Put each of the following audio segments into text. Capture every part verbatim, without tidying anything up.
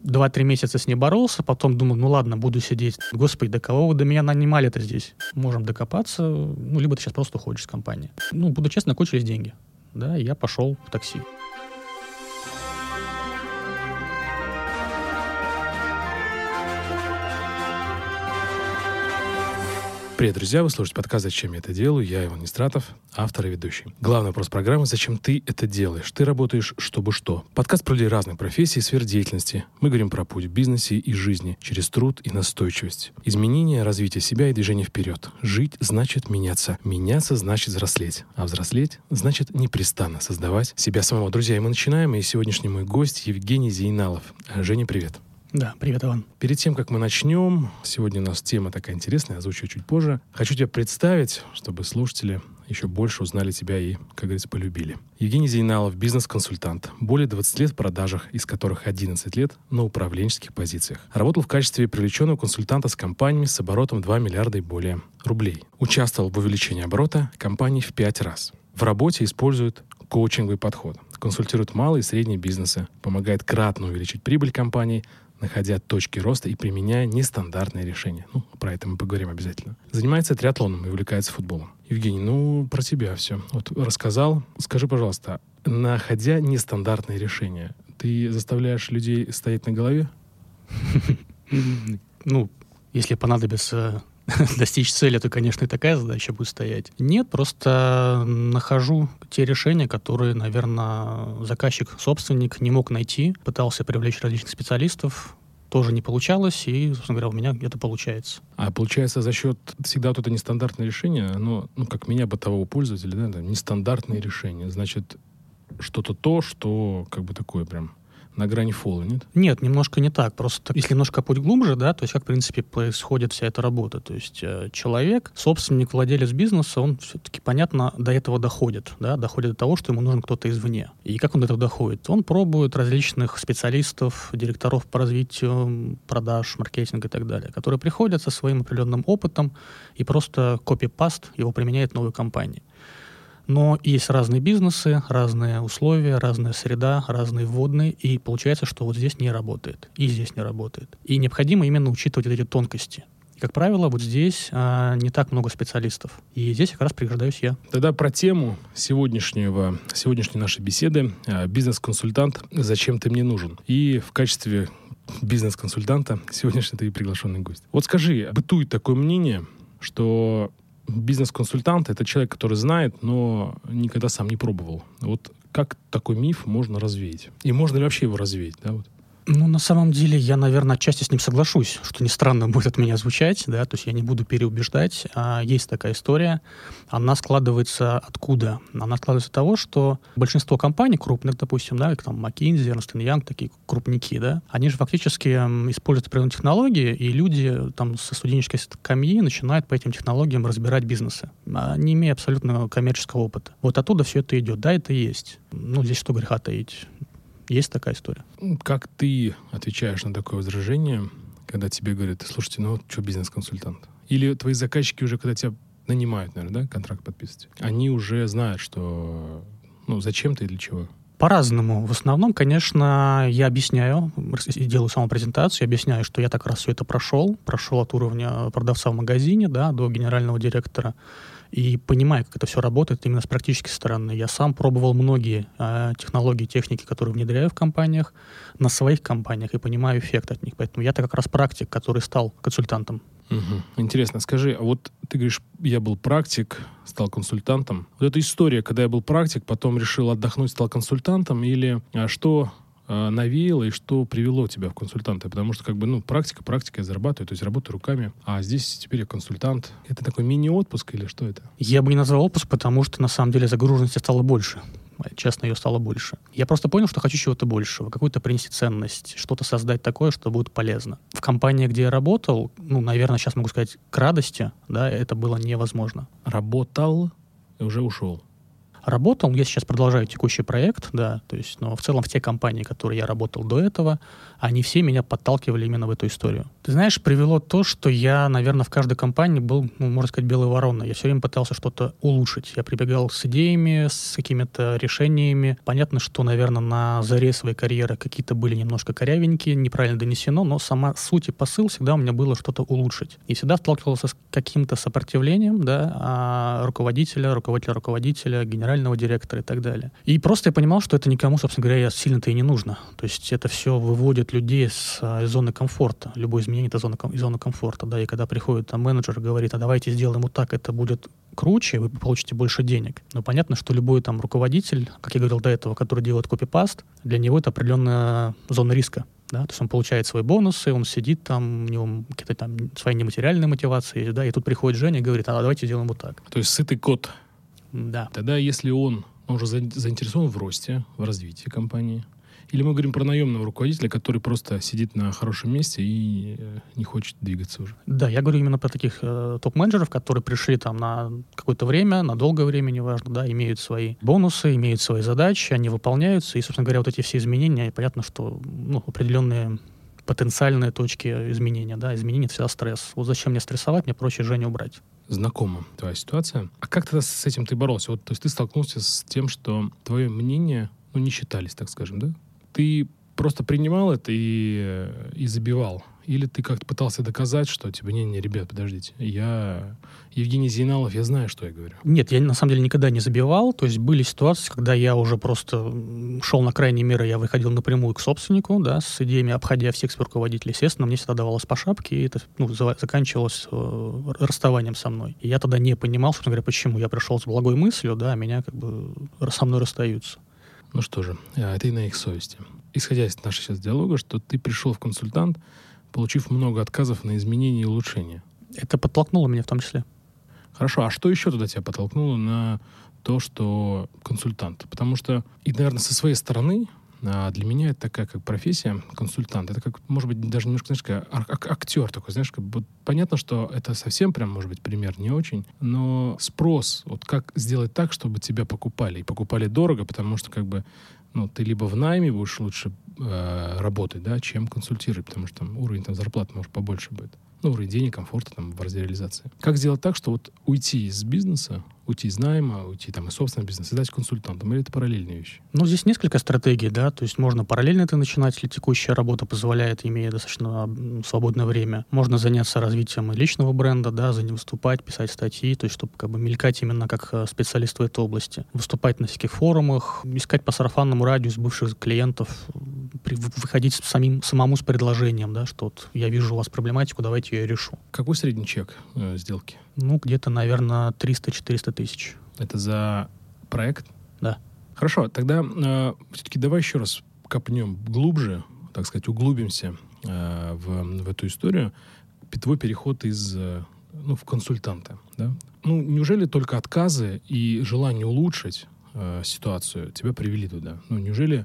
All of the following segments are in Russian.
два-три месяца с ней боролся, потом думал, ну ладно, буду сидеть. Господи, до кого вы до меня нанимали-то здесь? Можем докопаться, ну, либо ты сейчас просто уходишь из компании. Ну, буду честно, кончились деньги. Да, и я пошел в такси. Привет, друзья! Вы слушаете подкаст «Зачем я это делаю?» Я Иван Нестратов, автор и ведущий. Главный вопрос программы — зачем ты это делаешь? Ты работаешь, чтобы что? Подкаст про людей разных профессий и сфер деятельности. Мы говорим про путь в бизнесе и жизни через труд и настойчивость. Изменение, развитие себя и движение вперед. Жить значит меняться. Меняться значит взрослеть. А взрослеть значит непрестанно создавать себя самого. Друзья, и мы начинаем. И сегодняшний мой гость Евгений Зейналов. Женя, привет. Да, привет, Иван. Перед тем, как мы начнем, сегодня у нас тема такая интересная, озвучу чуть позже. Хочу тебя представить, чтобы слушатели еще больше узнали тебя и, как говорится, полюбили. Евгений Зейналов, бизнес-консультант. Более двадцать лет в продажах, из которых одиннадцать лет на управленческих позициях. Работал в качестве привлеченного консультанта с компаниями с оборотом два миллиарда и более рублей. Участвовал в увеличении оборота компаний в пять раз. В работе использует коучинговый подход. Консультирует малые и средние бизнесы. Помогает кратно увеличить прибыль компаний, находя точки роста и применяя нестандартные решения. Ну, про это мы поговорим обязательно. Занимается триатлоном и увлекается футболом. Евгений, ну, про тебя все. Вот рассказал. Скажи, пожалуйста, находя нестандартные решения, ты заставляешь людей стоять на голове? Ну, если понадобится достичь цели, то, конечно, и такая задача будет стоять. Нет, просто нахожу те решения, которые, наверное, заказчик, собственник не мог найти. Пытался привлечь различных специалистов, тоже не получалось, и, собственно говоря, у меня это получается. А получается, за счет всегда вот это нестандартное решение, оно, ну, как меня, бытового пользователя, да, это нестандартное решение. Значит, что-то то, что как бы такое прям на грани фола, нет? Нет, немножко не так. Просто если немножко путь глубже, да, то есть как, в принципе, происходит вся эта работа. То есть э, человек, собственник, владелец бизнеса, он все-таки, понятно, до этого доходит, да, доходит до того, что ему нужен кто-то извне. И как он до этого доходит? Он пробует различных специалистов, директоров по развитию продаж, маркетинга и так далее, которые приходят со своим определенным опытом и просто копи-паст его применяют в новой компании. Но есть разные бизнесы, разные условия, разная среда, разные вводные, и получается, что вот здесь не работает, и здесь не работает. И необходимо именно учитывать вот эти тонкости. И, как правило, вот здесь а, не так много специалистов. И здесь как раз пригождаюсь я. Тогда про тему сегодняшнего, сегодняшней нашей беседы. Бизнес-консультант «Зачем ты мне нужен?» И в качестве бизнес-консультанта сегодняшний ты приглашенный гость. Вот скажи, бытует такое мнение, что бизнес-консультант — это человек, который знает, но никогда сам не пробовал. Вот как такой миф можно развеять? И можно ли вообще его развеять? Да, вот? Ну, на самом деле, я, наверное, отчасти с ним соглашусь, что не странно будет от меня звучать, да, то есть я не буду переубеждать. А есть такая история. Она складывается откуда? Она складывается от того, что большинство компаний крупных, допустим, да, как там McKinsey, Ernst энд Young, такие крупники, да, они же фактически используют определенные технологии, и люди там со студенческой скамьи начинают по этим технологиям разбирать бизнесы, не имея абсолютно коммерческого опыта. Вот оттуда все это идет. Да, это есть. Ну, здесь что греха таить. Есть такая история. Как ты отвечаешь на такое возражение, когда тебе говорят: слушайте, ну вот что бизнес-консультант? Или твои заказчики уже, когда тебя нанимают, наверное, да, контракт подписывать, они уже знают, что, ну, зачем ты и для чего? По-разному. В основном, конечно, я объясняю, делаю саму презентацию, объясняю, что я так раз все это прошел, прошел от уровня продавца в магазине, да, до генерального директора, и понимаю, как это все работает именно с практической стороны. Я сам пробовал многие э, технологии, техники, которые внедряю в компаниях, на своих компаниях, и понимаю эффект от них. Поэтому я-то как раз практик, который стал консультантом. Угу. Интересно, скажи, а вот ты говоришь, я был практик, стал консультантом. Вот эта история, когда я был практик, потом решил отдохнуть, стал консультантом, или а что а, навеяло и что привело тебя в консультанты? Потому что, как бы, ну, практика, практика, я зарабатываю, то есть работаю руками, а здесь теперь я консультант. Это такой мини-отпуск или что это? Я бы не назвал отпуск, потому что, на самом деле, загруженности стало больше. Честно, ее стало больше. Я просто понял, что хочу чего-то большего, какую-то принести ценность, что-то создать такое, что будет полезно. В компании, где я работал, ну, наверное, сейчас могу сказать, к радости, да, это было невозможно. Работал и уже ушел. работал. Я сейчас продолжаю текущий проект, да, то есть, но в целом в те компании, в которые я работал до этого, они все меня подталкивали именно в эту историю. Ты знаешь, привело то, что я, наверное, в каждой компании был, ну, можно сказать, белой вороной. Я все время пытался что-то улучшить. Я прибегал с идеями, с какими-то решениями. Понятно, что, наверное, на заре своей карьеры какие-то были немножко корявенькие, неправильно донесено, но сама суть и посыл всегда у меня было что-то улучшить. И всегда сталкивался с каким-то сопротивлением, да, а руководителя, руководителя руководителя, генерального директора и так далее. И просто я понимал, что это никому, собственно говоря, сильно-то и не нужно. То есть это все выводит людей с, из зоны комфорта. Любое изменение — это зона, из зоны комфорта. Да? И когда приходит там менеджер и говорит, а давайте сделаем вот так, это будет круче, вы получите больше денег. Но понятно, что любой там руководитель, как я говорил до этого, который делает копипаст, для него это определенная зона риска. Да? То есть он получает свои бонусы, он сидит там, у него какие-то там свои нематериальные мотивации, да, и тут приходит Женя и говорит, а давайте сделаем вот так. То есть сытый кот. Да. Тогда если он, он уже заинтересован в росте, в развитии компании, или мы говорим про наемного руководителя, который просто сидит на хорошем месте и э, не хочет двигаться уже? Да, я говорю именно про таких э, топ-менеджеров, которые пришли там на какое-то время, на долгое время, неважно, да, имеют свои бонусы, имеют свои задачи, они выполняются, и, собственно говоря, вот эти все изменения, понятно, что, ну, определенные потенциальные точки изменения, да, изменения — это всегда стресс. Вот зачем мне стрессовать, мне проще Женю убрать. Знакома твоя ситуация. А как тогда с этим ты боролся? Вот, то есть ты столкнулся с тем, что твое мнение, ну, не считались, так скажем, да? Ты просто принимал это и, и забивал? Или ты как-то пытался доказать, что, типа, не-не, ребят, подождите, я Евгений Зейналов, я знаю, что я говорю? Нет, я на самом деле никогда не забивал. То есть были ситуации, когда я уже просто шел на крайние меры, я выходил напрямую к собственнику, да, с идеями, обходя всех руководителей. Естественно, мне всегда давалось по шапке, и это, ну, заканчивалось э, расставанием со мной. И я тогда не понимал, собственно говоря, почему. Я пришел с благой мыслью, да, а меня как бы со мной расстаются. Ну что же, это и на их совести. Исходя из нашего сейчас диалога, что ты пришел в консультант, получив много отказов на изменения и улучшения. Это подтолкнуло меня в том числе. Хорошо, а что еще туда тебя подтолкнуло на то, что консультант? Потому что, и, наверное, со своей стороны, для меня это такая как профессия, консультант. Это как, может быть, даже немножко, знаешь, как актер такой, знаешь, как, вот, понятно, что это совсем прям, может быть, пример не очень, но спрос, вот как сделать так, чтобы тебя покупали, и покупали дорого, потому что, как бы, ну, ты либо в найме будешь лучше э, работать, да, чем консультировать, потому что там уровень там, зарплаты, может, побольше будет. Ну, уровень денег, комфорта там, в разделе реализации. Как сделать так, что вот уйти из бизнеса, уйти из найма, уйти там из собственного бизнеса, стать консультантом, или это параллельные вещи? Ну, здесь несколько стратегий, да, то есть можно параллельно это начинать, если текущая работа позволяет, имея достаточно свободное время. Можно заняться развитием личного бренда, да, за ним выступать, писать статьи, то есть чтобы как бы мелькать именно как специалист в этой области. Выступать на всяких форумах, искать по сарафанному радио с бывших клиентов, при, выходить с самим, самому с предложением, да, что вот я вижу у вас проблематику, давайте я ее решу. Какой средний чек э, сделки? Ну, где-то, наверное, триста-четыреста тысяч. Это за проект? Да. Хорошо, тогда э, все-таки давай еще раз копнем глубже, так сказать, углубимся э, в, в эту историю. Твой переход из, э, ну, в консультанта, да? Ну, неужели только отказы и желание улучшить э, ситуацию тебя привели туда? Ну, неужели...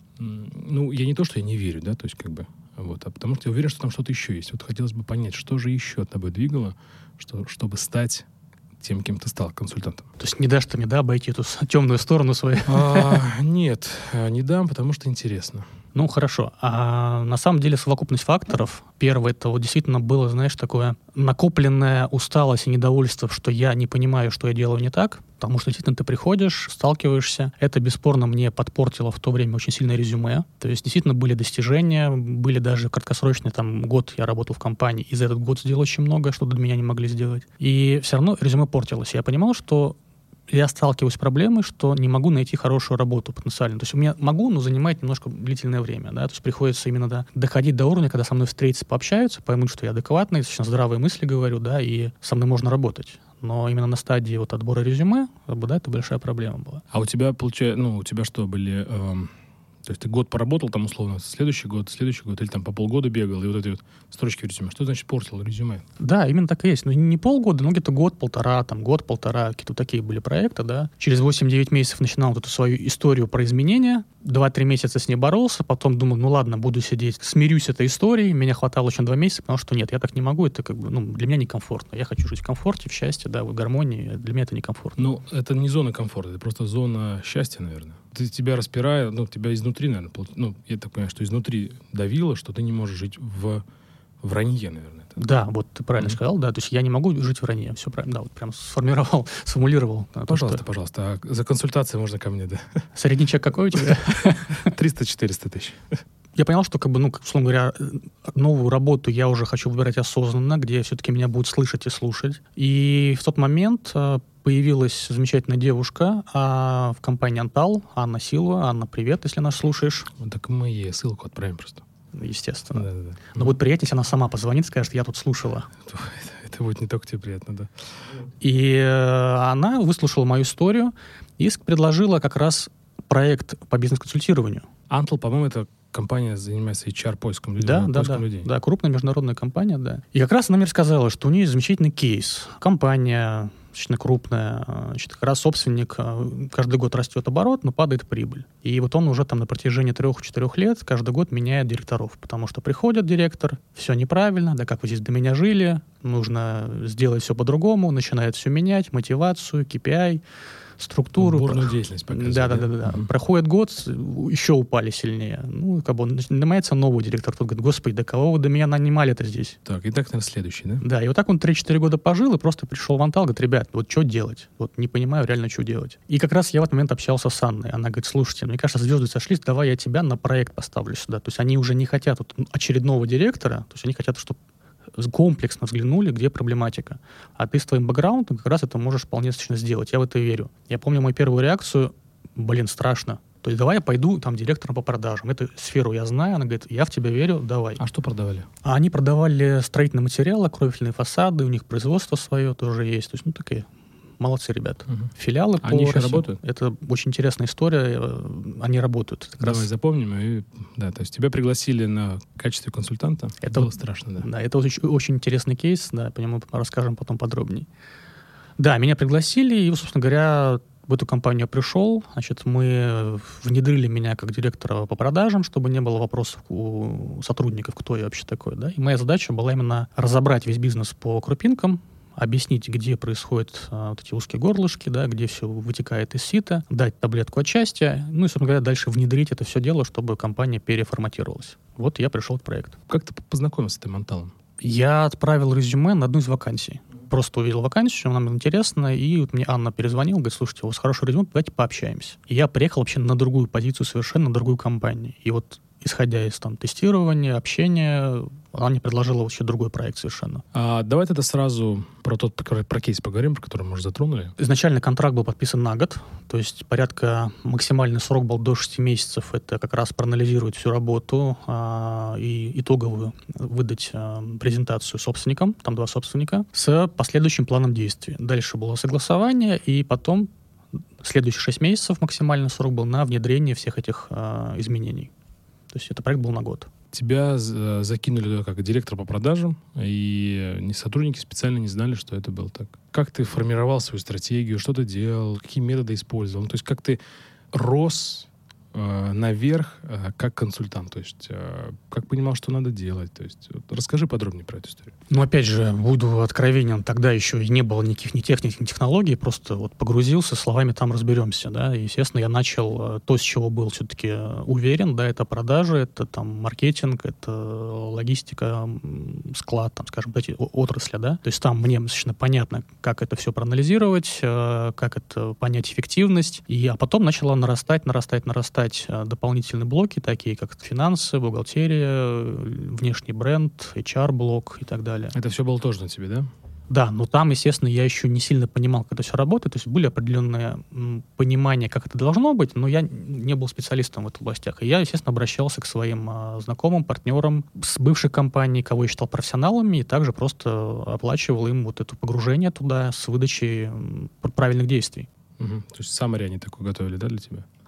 Ну, я не то, что я не верю, да, то есть как бы, вот, а потому что я уверен, что там что-то еще есть. Вот хотелось бы понять, что же еще тобой двигало, что, чтобы стать тем, кем ты стал, консультантом. То есть не дашь ты мне, да, обойти эту темную сторону свою? А, нет, не дам, потому что интересно. Ну, хорошо. А на самом деле совокупность факторов. Первое, это вот действительно было, знаешь, такое накопленная усталость и недовольство, что я не понимаю, что я делаю не так. Потому что действительно ты приходишь, сталкиваешься. Это бесспорно мне подпортило в то время очень сильное резюме. То есть действительно были достижения, были даже краткосрочные, там, год я работал в компании, и за этот год сделал очень много, что для меня не могли сделать. И все равно резюме портилось. Я понимал, что я сталкиваюсь с проблемой, что не могу найти хорошую работу потенциально. То есть у меня могу, но занимает немножко длительное время. Да? То есть приходится именно да, доходить до уровня, когда со мной встретятся, пообщаются, поймут, что я адекватный, достаточно здравые мысли говорю, да, и со мной можно работать. Но именно на стадии вот отбора резюме, да, это большая проблема была. А у тебя, получается, ну, у тебя что, были... Эм... То есть ты год поработал там условно, следующий год, следующий год, или там по полгода бегал, и вот эти вот строчки в резюме. Что значит портил резюме? Да, именно так и есть. Ну, не полгода, но где-то год-полтора, там, год-полтора, какие-то такие были проекты, да. Через восемь-девять месяцев начинал вот эту свою историю про изменения, два-три месяца с ней боролся, потом думал, ну ладно, буду сидеть, смирюсь с этой историей, меня хватало еще на два месяца, потому что нет, я так не могу, это как бы, ну, для меня некомфортно. Я хочу жить в комфорте, в счастье, да, в гармонии, для меня это некомфортно. Ну, это не зона комфорта, это просто зона счастья, наверное. Ты тебя распирая, ну, тебя изнутри, наверное, ну, я так понимаю, что изнутри давило, что ты не можешь жить в вранье, наверное. Это. Да, вот ты правильно mm-hmm. сказал, да, то есть я не могу жить в вранье, все правильно, да, вот прям сформировал, сформулировал. Пожалуйста, то, пожалуйста, а за консультацией можно ко мне, да? Средний чек какой у тебя? триста-четыреста тысяч. Я понял, что, как бы, ну, условно говоря, новую работу я уже хочу выбирать осознанно, где все-таки меня будут слышать и слушать. И в тот момент появилась замечательная девушка а, в компании «Антал», Анна Силва. Анна, привет, если нас слушаешь. Так мы ей ссылку отправим просто. Естественно. Да, да, да. Но будет приятнее, если она сама позвонит, скажет, я тут слушала. Это, это будет не только тебе приятно, да. И э, она выслушала мою историю и предложила как раз проект по бизнес-консультированию. «Антал», по-моему, это компания занимается эйч ар-поиском людей. Да, да, да, людей. да, крупная международная компания, да. И как раз она мне рассказала, что у нее замечательный кейс. Компания достаточно крупная, значит, как раз собственник, каждый год растет оборот, но падает прибыль. И вот он уже там на протяжении трех-четырех лет каждый год меняет директоров, потому что приходит директор, все неправильно, да как вы здесь до меня жили, нужно сделать все по-другому, начинает все менять, мотивацию, кей пи ай, структуру. Бурную деятельность показывает. Да, да, да, да. да. Mm-hmm. Проходит год, еще упали сильнее. Ну, как бы нанимается новый директор. Тот говорит, господи, да кого вы до меня нанимали-то здесь? Так, и так, наверное, следующий, да? Да, и вот так он три-четыре года пожил и просто пришел в «Антал», говорит, ребят, вот что делать? Вот не понимаю реально, что делать. И как раз я в этот момент общался с Анной. Она говорит, слушайте, мне кажется, звезды сошлись, давай я тебя на проект поставлю сюда. То есть они уже не хотят вот очередного директора, то есть они хотят, чтобы комплексно взглянули, где проблематика. А ты с твоим бэкграундом как раз это можешь вполне достаточно сделать. Я в это верю. Я помню мою первую реакцию, блин, страшно. То есть давай я пойду там директором по продажам. Эту сферу я знаю. Она говорит, я в тебя верю, давай. А что продавали? А они продавали строительные материалы, кровельные фасады, у них производство свое тоже есть. То есть, ну, такие молодцы ребята. Угу. Филиалы Они по еще России. работают? Это очень интересная история. Они работают. Это Давай раз... запомним. И, да, то есть тебя пригласили на качестве консультанта. Это было страшно, да. Да, это очень, очень интересный кейс. Да, по нему расскажем потом подробнее. Да, меня пригласили, и, собственно говоря, в эту компанию я пришел. Значит, мы внедрили меня как директора по продажам, чтобы не было вопросов у сотрудников, кто я вообще такой. Да? И моя задача была именно разобрать весь бизнес по крупинкам, объяснить, где происходят а, вот эти узкие горлышки, да, где все вытекает из сита, дать таблетку от счастья, ну и, собственно говоря, дальше внедрить это все дело, чтобы компания переформатировалась. Вот я пришел в проект. Как ты познакомился с этим «Анталом»? Я отправил резюме на одну из вакансий. Просто увидел вакансию, она мне интересна, и вот мне Анна перезвонила, говорит, слушайте, у вас хорошее резюме, давайте пообщаемся. И я приехал вообще на другую позицию, совершенно на другую компанию. И вот исходя из там тестирования, общения, она мне предложила вообще другой проект совершенно. А давай тогда сразу про тот про, про кейс поговорим, про который мы уже затронули. Изначально контракт был подписан на год, то есть порядка максимальный срок был до шести месяцев. Это как раз проанализировать всю работу а, и итоговую выдать а, презентацию собственникам, там два собственника, с последующим планом действий. Дальше было согласование, и потом следующие шесть месяцев максимальный срок был на внедрение всех этих а, изменений. То есть это проект был на год. Тебя закинули туда как директор по продажам, и не сотрудники специально не знали, что это был так. Как ты формировал свою стратегию, что ты делал, какие методы использовал? То есть как ты рос э, наверх э, как консультант? То есть э, как понимал, что надо делать? То есть вот, расскажи подробнее про эту историю. Ну, опять же, буду откровенен, тогда еще и не было никаких ни техник, ни технологий, просто вот погрузился, словами там разберемся, да, и, естественно, я начал то, с чего был все-таки уверен, да, это продажи, это там маркетинг, это логистика, склад, там, скажем, эти отрасли, да, то есть там мне достаточно понятно, как это все проанализировать, как это понять эффективность, и, а потом начало нарастать, нарастать, нарастать дополнительные блоки, такие как финансы, бухгалтерия, внешний бренд, эйч ар-блок и так далее. Это все было тоже на тебе, да? Да, но там, естественно, я еще не сильно понимал, как это все работает. То есть были определенные м, понимания, как это должно быть, но я не был специалистом в этих областях. И я, естественно, обращался к своим а, знакомым, партнерам с бывших компаний, кого я считал профессионалами, и также просто оплачивал им вот это погружение туда с выдачей м, правильных действий. Угу. То есть саммари они такое готовили, да, для тебя?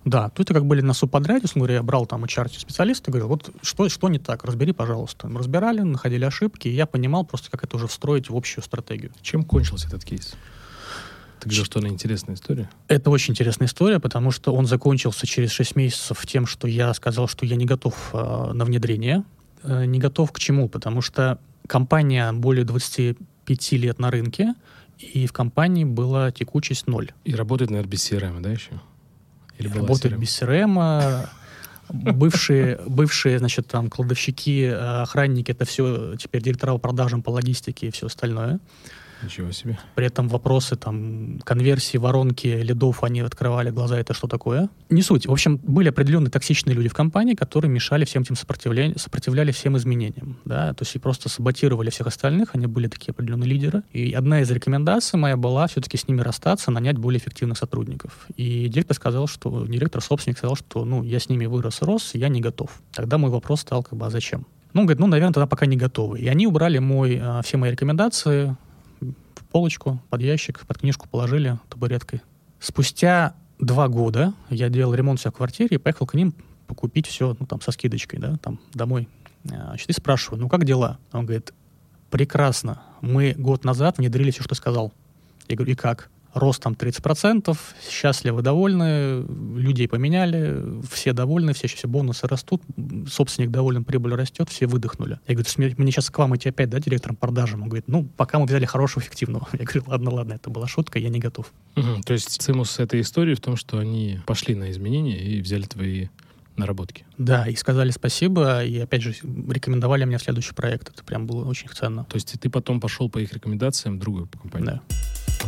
Да, то это как были на субподряде, говоря, я брал там эйч ар-специалиста, говорил, вот что, что не так, разбери, пожалуйста. Мы разбирали, находили ошибки, и я понимал просто, как это уже встроить в общую стратегию. Чем кончился этот кейс? Ты говорил, что она интересная история? Это очень интересная история, потому что он закончился через шесть месяцев тем, что я сказал, что я не готов э, на внедрение. Э, не готов к чему? Потому что компания более двадцати пяти лет на рынке, и в компании была текучесть ноль. И работает, наверное, без си эр эм, да, еще? Или Работает без си эр эм. Бывшие, бывшие, значит, там, кладовщики, охранники, это все теперь директора по продажам, по логистике и все остальное. Ничего себе. При этом вопросы там конверсии, воронки, лидов, они открывали глаза, это что такое? Не суть. В общем, были определенные токсичные люди в компании, которые мешали всем этим сопротивлениям, сопротивляли всем изменениям. Да? То есть и просто саботировали всех остальных, они были такие определенные лидеры. И одна из рекомендаций моя была все-таки с ними расстаться, нанять более эффективных сотрудников. И директор сказал, что, директор, собственник сказал, что ну, я с ними вырос и рос, я не готов. Тогда мой вопрос стал, как бы, а зачем? Ну, он говорит, ну, наверное, тогда пока не готовы. И они убрали мой, все мои рекомендации в полочку, под ящик, под книжку положили табуреткой. Спустя два года я делал ремонт в квартире и поехал к ним покупить все, ну, там, со скидочкой, да, там, домой. Значит, и спрашиваю, ну, как дела? Он говорит, прекрасно. Мы год назад внедрили все, что сказал. Я говорю, и как? Рост там тридцать процентов, счастливы, довольны, людей поменяли, все довольны, все, все бонусы растут, собственник доволен, прибыль растет, все выдохнули. Я говорю, мне сейчас к вам идти опять, да, директором продажам? Он говорит, ну, пока мы взяли хорошего, эффективного. Я говорю, ладно, ладно, это была шутка, я не готов. Угу. То есть цимус этой истории в том, что они пошли на изменения и взяли твои наработки. Да, и сказали спасибо, и опять же рекомендовали мне в следующий проект. Это прям было очень ценно. То есть ты потом пошел по их рекомендациям в другую компанию? Да.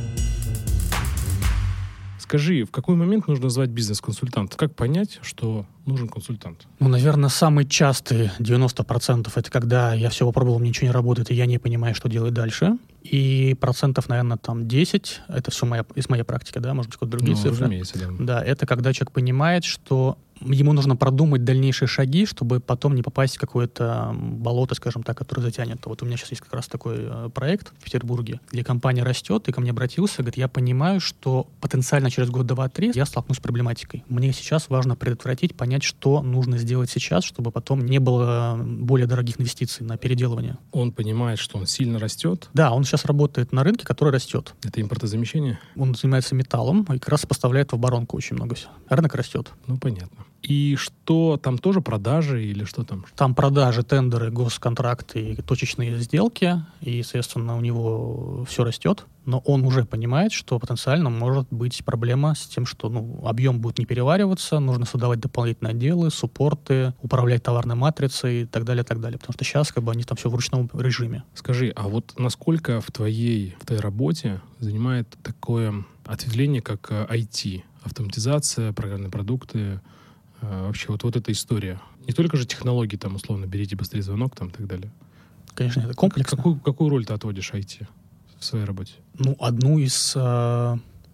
Скажи, в какой момент нужно звать бизнес-консультанта? Как понять, что нужен консультант? Ну, наверное, самый частый девяносто процентов это когда я все попробовал, мне ничего не работает, и я не понимаю, что делать дальше. И процентов, наверное, там десять, это все моя, из моей практики, да, может быть, какие-то другие ну, цифры. Разумеется, да. Да, это когда человек понимает, что ему нужно продумать дальнейшие шаги, чтобы потом не попасть в какое-то болото, скажем так, которое затянет. Вот у меня сейчас есть как раз такой э, проект в Петербурге, где компания растет, и ко мне обратился, говорит, я понимаю, что потенциально через год, два, три я столкнусь с проблематикой. Мне сейчас важно предотвратить, понять, что нужно сделать сейчас, чтобы потом не было более дорогих инвестиций на переделывание. Он понимает, что он сильно растет? Да, он сейчас работает на рынке, который растет. Это импортозамещение? Он занимается металлом и как раз поставляет в оборонку очень много всего. Рынок растет. Ну, понятно. И что, там тоже продажи или что там? Там продажи, тендеры, госконтракты и точечные сделки, и, естественно, у него все растет, но он уже понимает, что потенциально может быть проблема с тем, что ну, объем будет не перевариваться, нужно создавать дополнительные отделы, суппорты, управлять товарной матрицей и так далее, так далее. Потому что сейчас как бы они там все в ручном режиме. Скажи, а вот насколько в твоей, в твоей работе занимает такое ответвление, как ай ти, автоматизация, программные продукты, вообще вот, вот эта история. Не только же технологии, там, условно, берите быстрее звонок, там, и так далее. Конечно, это комплексно. Какую, какую роль ты отводишь ай ти в своей работе? Ну, одну из э,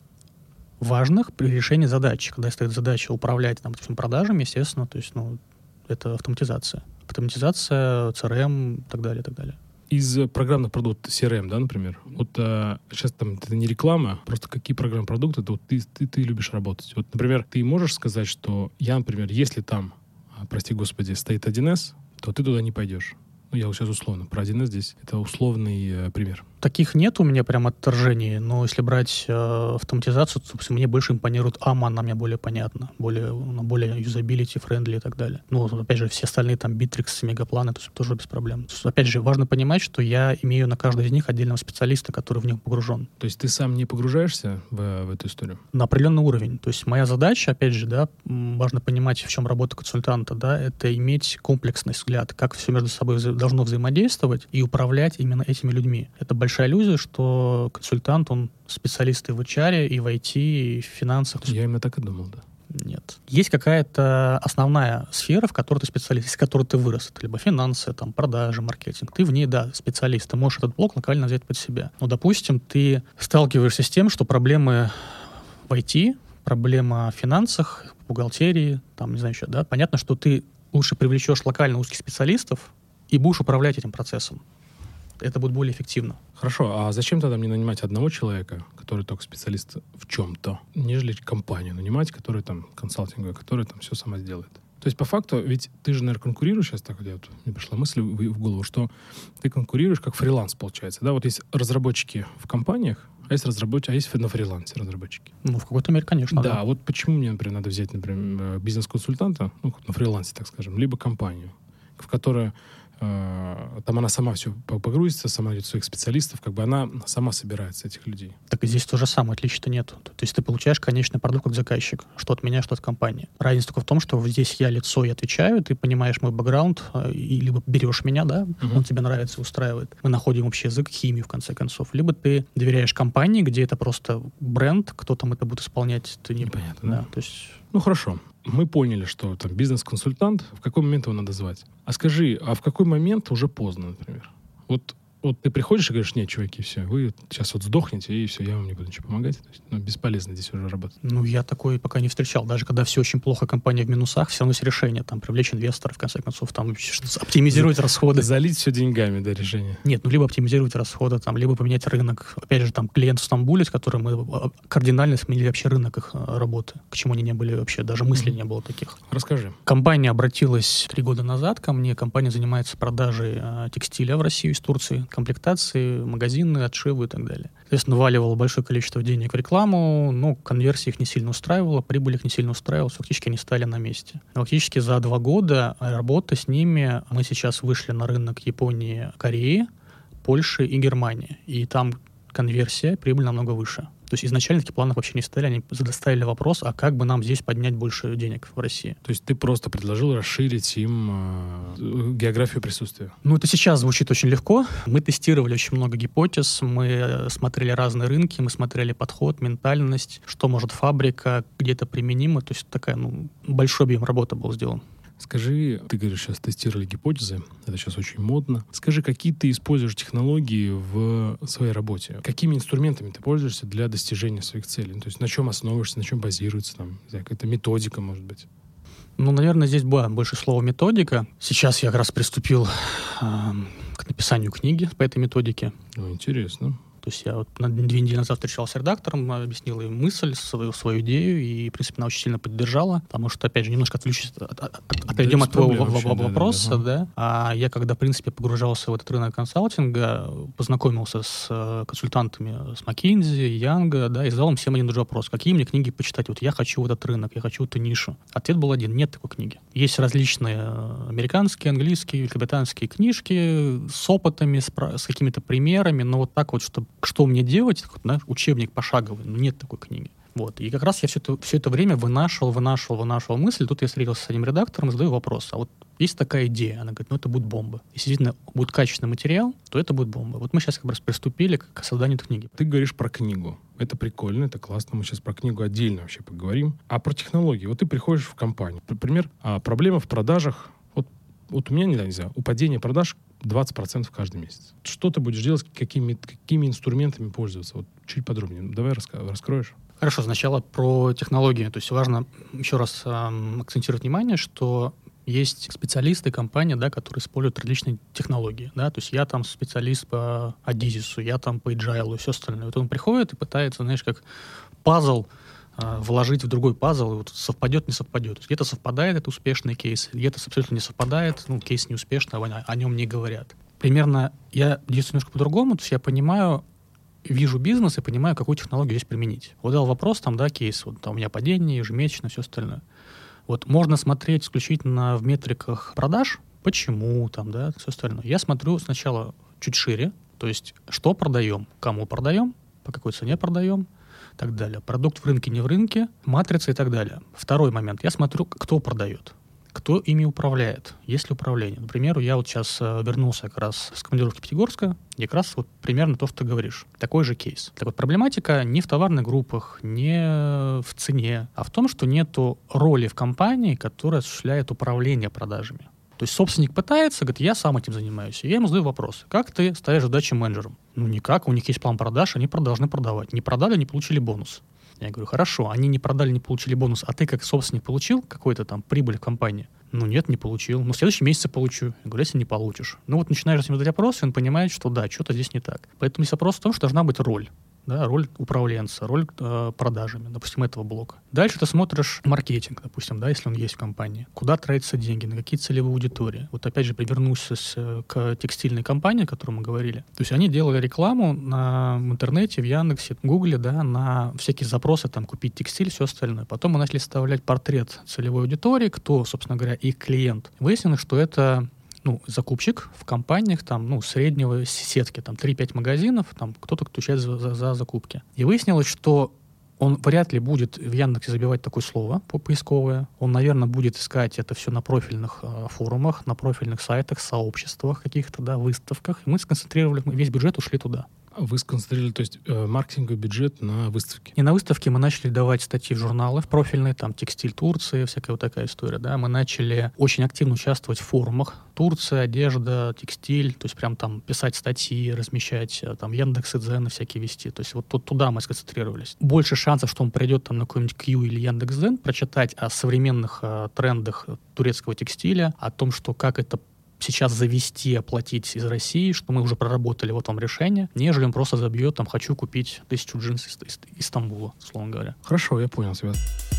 важных при решении задач. Когда стоит задача управлять, там, продажами, естественно, то есть, ну, это автоматизация. Автоматизация, си эр эм и так далее, и так далее. Из программных продуктов си эр эм, да, например, вот а, сейчас там это не реклама, просто какие программные продукты вот ты, ты, ты любишь работать. Вот, например, ты можешь сказать, что я, например, если там, прости господи, стоит один эс, то ты туда не пойдешь. Ну, я вот сейчас условно. Про один эс здесь это условный э, пример. Таких нет у меня прям отторжений, но если брать э, автоматизацию, то, собственно, мне больше импонирует АМА, она мне более понятна, более, более юзабилити, френдли и так далее. Ну, опять же, все остальные там Битрикс, Мегапланы, то есть тоже без проблем. Есть, опять же, важно понимать, что я имею на каждой из них отдельного специалиста, который в них погружен. То есть ты сам не погружаешься в, в эту историю? На определенный уровень. То есть моя задача, опять же, да, важно понимать, в чем работа консультанта, да, это иметь комплексный взгляд, как все между собой вза- должно взаимодействовать и управлять именно этими людьми. Это большая иллюзия, что консультант, он специалист и в эйч ар, и в ай ти, и в финансах. Я именно так и думал, да. Нет. Есть какая-то основная сфера, в которой ты специалист, из которой ты вырос. Это либо финансы, там, продажи, маркетинг. Ты в ней, да, специалист. Ты можешь этот блок локально взять под себя. Но, допустим, ты сталкиваешься с тем, что проблемы в ай ти, проблема в финансах, в бухгалтерии, там, не знаю еще, да, понятно, что ты лучше привлечешь локально узких специалистов и будешь управлять этим процессом. это будет более эффективно. Хорошо, а зачем тогда мне нанимать одного человека, который только специалист в чем-то, нежели компанию нанимать, которая там консалтинговая, которая там все сама сделает? То есть, по факту, ведь ты же, наверное, конкурируешь сейчас, так вот, я вот, мне пришла мысль в, в голову, что ты конкурируешь как фриланс, получается, да? Вот есть разработчики в компаниях, а есть разработчики, а есть на фрилансе разработчики. Ну, в какой-то мере, конечно, да. Да, вот почему мне, например, надо взять, например, бизнес-консультанта, ну, на фрилансе, так скажем, либо компанию, в которой там она сама все погрузится, сама найдет своих специалистов, как бы она сама собирается этих людей. Так и здесь то же самое, отличия-то нет. То есть ты получаешь конечный продукт как заказчик, что от меня, что от компании. Разница только в том, что здесь я лицо и отвечаю, ты понимаешь мой бэкграунд, и либо берешь меня, да, uh-huh. он тебе нравится, устраивает. Мы находим общий язык, химию, в конце концов. Либо ты доверяешь компании, где это просто бренд, кто там это будет исполнять, ты не... Непонятно, да. да? То есть... Ну, хорошо. Мы поняли, что там бизнес-консультант, в какой момент его надо звать? А скажи, а в какой момент уже поздно, например? Вот, вот ты приходишь и говоришь: нет, чуваки, все, вы сейчас вот сдохнете, и все, я вам не буду ничего помогать. То есть, ну, бесполезно здесь уже работать. Ну, я такой пока не встречал. Даже когда все очень плохо, компания в минусах, все равно есть решение. Там, привлечь инвесторов, в конце концов, там, оптимизировать расходы. Залить все деньгами, да, решение. Нет, ну, либо оптимизировать расходы, там, либо поменять рынок. Опять же, там, клиент в Стамбуле, с которым мы кардинально сменили вообще рынок их работы. К чему они не были вообще, даже мыслей mm-hmm. не было таких. Расскажи. Компания обратилась три года назад ко мне. Компания занимается продажей э, текстиля в Россию из Турции, комплектации, магазины, отшивы и так далее. Соответственно, валивало большое количество денег в рекламу, но конверсия их не сильно устраивала, прибыль их не сильно устраивала, фактически они стали на месте. Фактически за два года работы с ними мы сейчас вышли на рынок Японии, Кореи, Польши и Германии. И там конверсия, прибыль намного выше. То есть изначально такие планы вообще не стояли, они заставили вопрос, а как бы нам здесь поднять больше денег в России. То есть ты просто предложил расширить им э, географию присутствия? Ну, это сейчас звучит очень легко. Мы тестировали очень много гипотез, мы смотрели разные рынки, мы смотрели подход, ментальность, что может фабрика, где это применимо. То есть такая, ну, большой объем работы был сделан. Скажи, ты говоришь, сейчас тестировали гипотезы, это сейчас очень модно. Скажи, какие ты используешь технологии в своей работе? Какими инструментами ты пользуешься для достижения своих целей? То есть на чем основываешься, на чем базируется, там, какая-то методика, может быть? Ну, наверное, здесь было больше слова методика. Сейчас я как раз приступил э, к написанию книги по этой методике. Ну, интересно. То есть я вот на две недели назад встречался с редактором, объяснил ей мысль, свою, свою идею, и, в принципе, она очень сильно поддержала, потому что, опять же, немножко отвлечусь, от, от, отойдем да, от твоего вообще, вопроса, да, да, да. да. А я, когда, в принципе, погружался в этот рынок консалтинга, познакомился с консультантами с McKinsey, Янга, да, и задал им всем один и тот же вопрос: какие мне книги почитать? Вот я хочу в этот рынок, я хочу эту нишу. Ответ был один: нет такой книги. Есть различные американские, английские, великобританские книжки с опытами, с, с какими-то примерами, но вот так вот, чтобы что мне делать, знаешь, учебник пошаговый, но нет такой книги. Вот. И как раз я все это, все это время вынашивал, вынашивал, вынашивал мысль. Тут я встретился с одним редактором и задаю вопрос: а вот есть такая идея? Она говорит: ну это будет бомба. Если действительно будет качественный материал, то это будет бомба. Вот мы сейчас как раз приступили к, к созданию этой книги. Ты говоришь про книгу. Это прикольно, это классно. Мы сейчас про книгу отдельно вообще поговорим. А про технологии. Вот ты приходишь в компанию. Например, а проблема в продажах. Вот, вот у меня, не знаю, упадение продаж двадцать процентов каждый месяц. Что ты будешь делать, какими, какими инструментами пользоваться? Вот чуть подробнее. Давай раска- раскроешь. Хорошо, сначала про технологии. То есть важно еще раз э, акцентировать внимание, что есть специалисты, компании, да, которые используют различные технологии. Да? То есть я там специалист по Адизису, я там по Agile и все остальное. Вот он приходит и пытается, знаешь, как пазл э, вложить в другой пазл, и вот совпадет, не совпадет. Где-то совпадает, это успешный кейс, где-то абсолютно не совпадает, ну, кейс неуспешный, о, о нем не говорят. Примерно я действую немножко по-другому, то есть я понимаю, вижу бизнес и понимаю, какую технологию здесь применить. Вот дал вопрос, там, да, кейс, вот там у меня падение, ежемесячно, все остальное. Вот можно смотреть исключительно в метриках продаж, почему, там, да, все остальное. Я смотрю сначала чуть шире, то есть что продаем, кому продаем, по какой цене продаем, и так далее. Продукт в рынке, не в рынке, матрица и так далее. Второй момент. Я смотрю, кто продает. Кто ими управляет? Есть ли управление? Например, я вот сейчас э, вернулся как раз с командировки Пятигорска, и как раз вот примерно то, что ты говоришь. Такой же кейс. Так вот, проблематика не в товарных группах, не в цене, а в том, что нету роли в компании, которая осуществляет управление продажами. То есть собственник пытается, говорит: я сам этим занимаюсь. И я ему задаю вопрос: как ты ставишь задачи менеджерам? Ну никак, у них есть план продаж, они должны продавать. Не продали, не получили бонус. Я Я говорю, хорошо, они не продали, не получили бонус, а ты как собственник получил какой-то там прибыль в компании? Ну нет, не получил. Ну в следующем месяце получу. Я говорю, если не получишь. Ну вот начинаешь с ним задать вопрос, и он понимает, что да, что-то здесь не так. Поэтому есть вопрос в том, что должна быть роль. Да, роль управленца, роль э, продажами, допустим, этого блока. Дальше ты смотришь маркетинг, допустим, да, если он есть в компании. Куда тратятся деньги, на какие целевые аудитории. Вот опять же привернулся с, к текстильной компании, о которой мы говорили. То есть они делали рекламу на, в интернете, в Яндексе, в Гугле, да, на всякие запросы, там, купить текстиль, все остальное. Потом мы начали составлять портрет целевой аудитории, кто, собственно говоря, их клиент. Выяснилось, что это ну, закупщик в компаниях там, ну, среднего сетки, там, три-пять магазинов, там, кто-то, кто отвечает за, за, за закупки. И выяснилось, что он вряд ли будет в Яндексе забивать такое слово по поисковое. Он, наверное, будет искать это все на профильных э, форумах, на профильных сайтах, сообществах каких-то, да, выставках. И мы сконцентрировали, мы весь бюджет ушли туда. Вы сконцентрировали, то есть э, маркетинговый бюджет на выставке? И на выставке мы начали давать статьи в журналы в профильные, там, текстиль Турции, всякая вот такая история, да. Мы начали очень активно участвовать в форумах. Турция, одежда, текстиль, то есть прям там писать статьи, размещать, там, Яндекс.Дзен всякие вести. То есть вот, вот туда мы сконцентрировались. Больше шансов, что он придет там на какой-нибудь Q или Яндекс.Дзен, прочитать о современных э, трендах турецкого текстиля, о том, что как это сейчас завести, оплатить из России, что мы уже проработали, вот вам решение, нежели он просто забьет, там, хочу купить тысячу джинс из, из, из Стамбула, условно говоря. Хорошо, я понял тебя.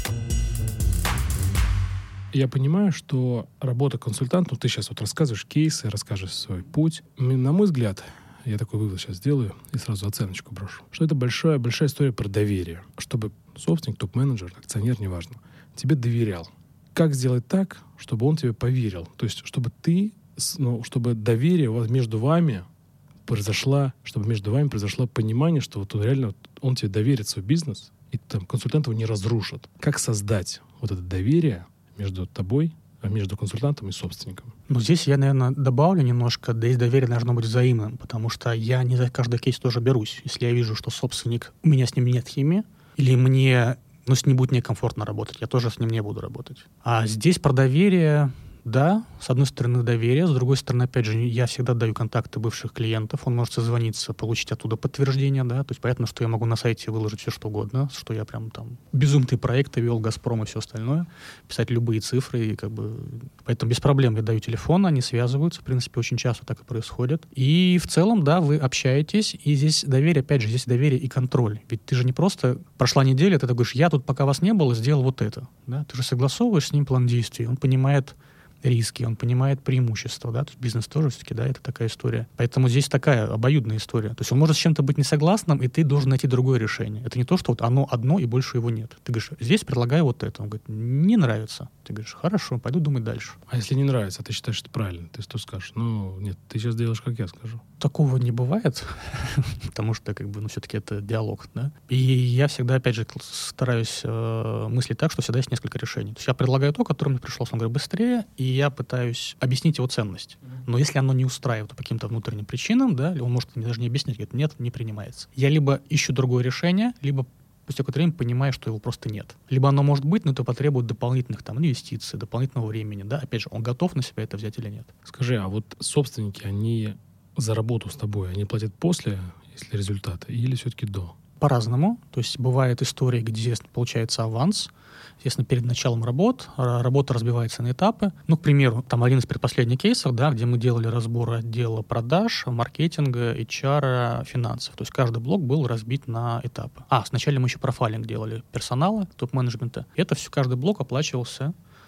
Я понимаю, что работа консультанта, ну, ты сейчас вот рассказываешь кейсы, расскажешь свой путь. На мой взгляд, я такой вывод сейчас сделаю и сразу оценочку брошу, что это большая, большая история про доверие. Чтобы собственник, топ-менеджер, акционер, неважно, тебе доверял. Как сделать так, чтобы он тебе поверил? То есть, чтобы ты ну, чтобы доверие у вас между вами произошло, чтобы между вами произошло понимание, что вот он реально, он тебе доверит свой бизнес, и там консультант его не разрушит. Как создать вот это доверие между тобой, между консультантом и собственником? Ну, здесь я, наверное, добавлю немножко, да и доверие должно быть взаимным, потому что я не за каждый кейс тоже берусь. Если я вижу, что собственник, у меня с ним нет химии, или мне, ну, с ним будет некомфортно работать, я тоже с ним не буду работать. А здесь про доверие... Да, с одной стороны доверие, с другой стороны, опять же, я всегда даю контакты бывших клиентов, он может созвониться, получить оттуда подтверждение, да, то есть понятно, что я могу на сайте выложить все, что угодно, что я прям там безумные проекты вел, Газпром и все остальное, писать любые цифры, и как бы, поэтому без проблем я даю телефон, они связываются, в принципе, очень часто так и происходит. И в целом, да, вы общаетесь, и здесь доверие, опять же, здесь доверие и контроль, ведь ты же не просто, прошла неделя, ты говоришь, я тут, пока вас не было, сделал вот это, да, ты же согласовываешь с ним план действий, он понимает риски, он понимает преимущества, да, то есть бизнес тоже все-таки, да, это такая история. Поэтому здесь такая обоюдная история. То есть он может с чем-то быть не согласным, и ты должен найти другое решение. Это не то, что вот оно одно, и больше его нет. Ты говоришь, здесь предлагаю вот это. Он говорит, не нравится. Ты говоришь, хорошо, пойду думать дальше. А если не нравится, ты считаешь, что правильно? Ты что скажешь? Ну, нет, ты сейчас делаешь, как я скажу. Такого не бывает, потому что, как бы, ну, все-таки это диалог, да. И я всегда, опять же, стараюсь э, мыслить так, что всегда есть несколько решений. То есть я предлагаю то, которое мне пришло, он говорит, быстрее, и я пытаюсь объяснить его ценность. Но если оно не устраивает по каким-то внутренним причинам, да, он может даже не объяснять, говорит, нет, не принимается. Я либо ищу другое решение, либо спустя какое-то время понимаю, что его просто нет. Либо оно может быть, но это потребует дополнительных там инвестиций, дополнительного времени, да. Опять же, он готов на себя это взять или нет. Скажи, а вот собственники, они за работу с тобой, они платят после, если результаты, или все-таки до? По-разному. То есть бывают истории, где получается аванс, естественно, перед началом работ, работа разбивается на этапы. Ну, к примеру, там один из предпоследних кейсов, да, где мы делали разбор отдела продаж, маркетинга, эйч ар, финансов. То есть каждый блок был разбит на этапы. А, сначала мы еще профайлинг делали персонала, топ-менеджмента. Это все, каждый блок оплачивался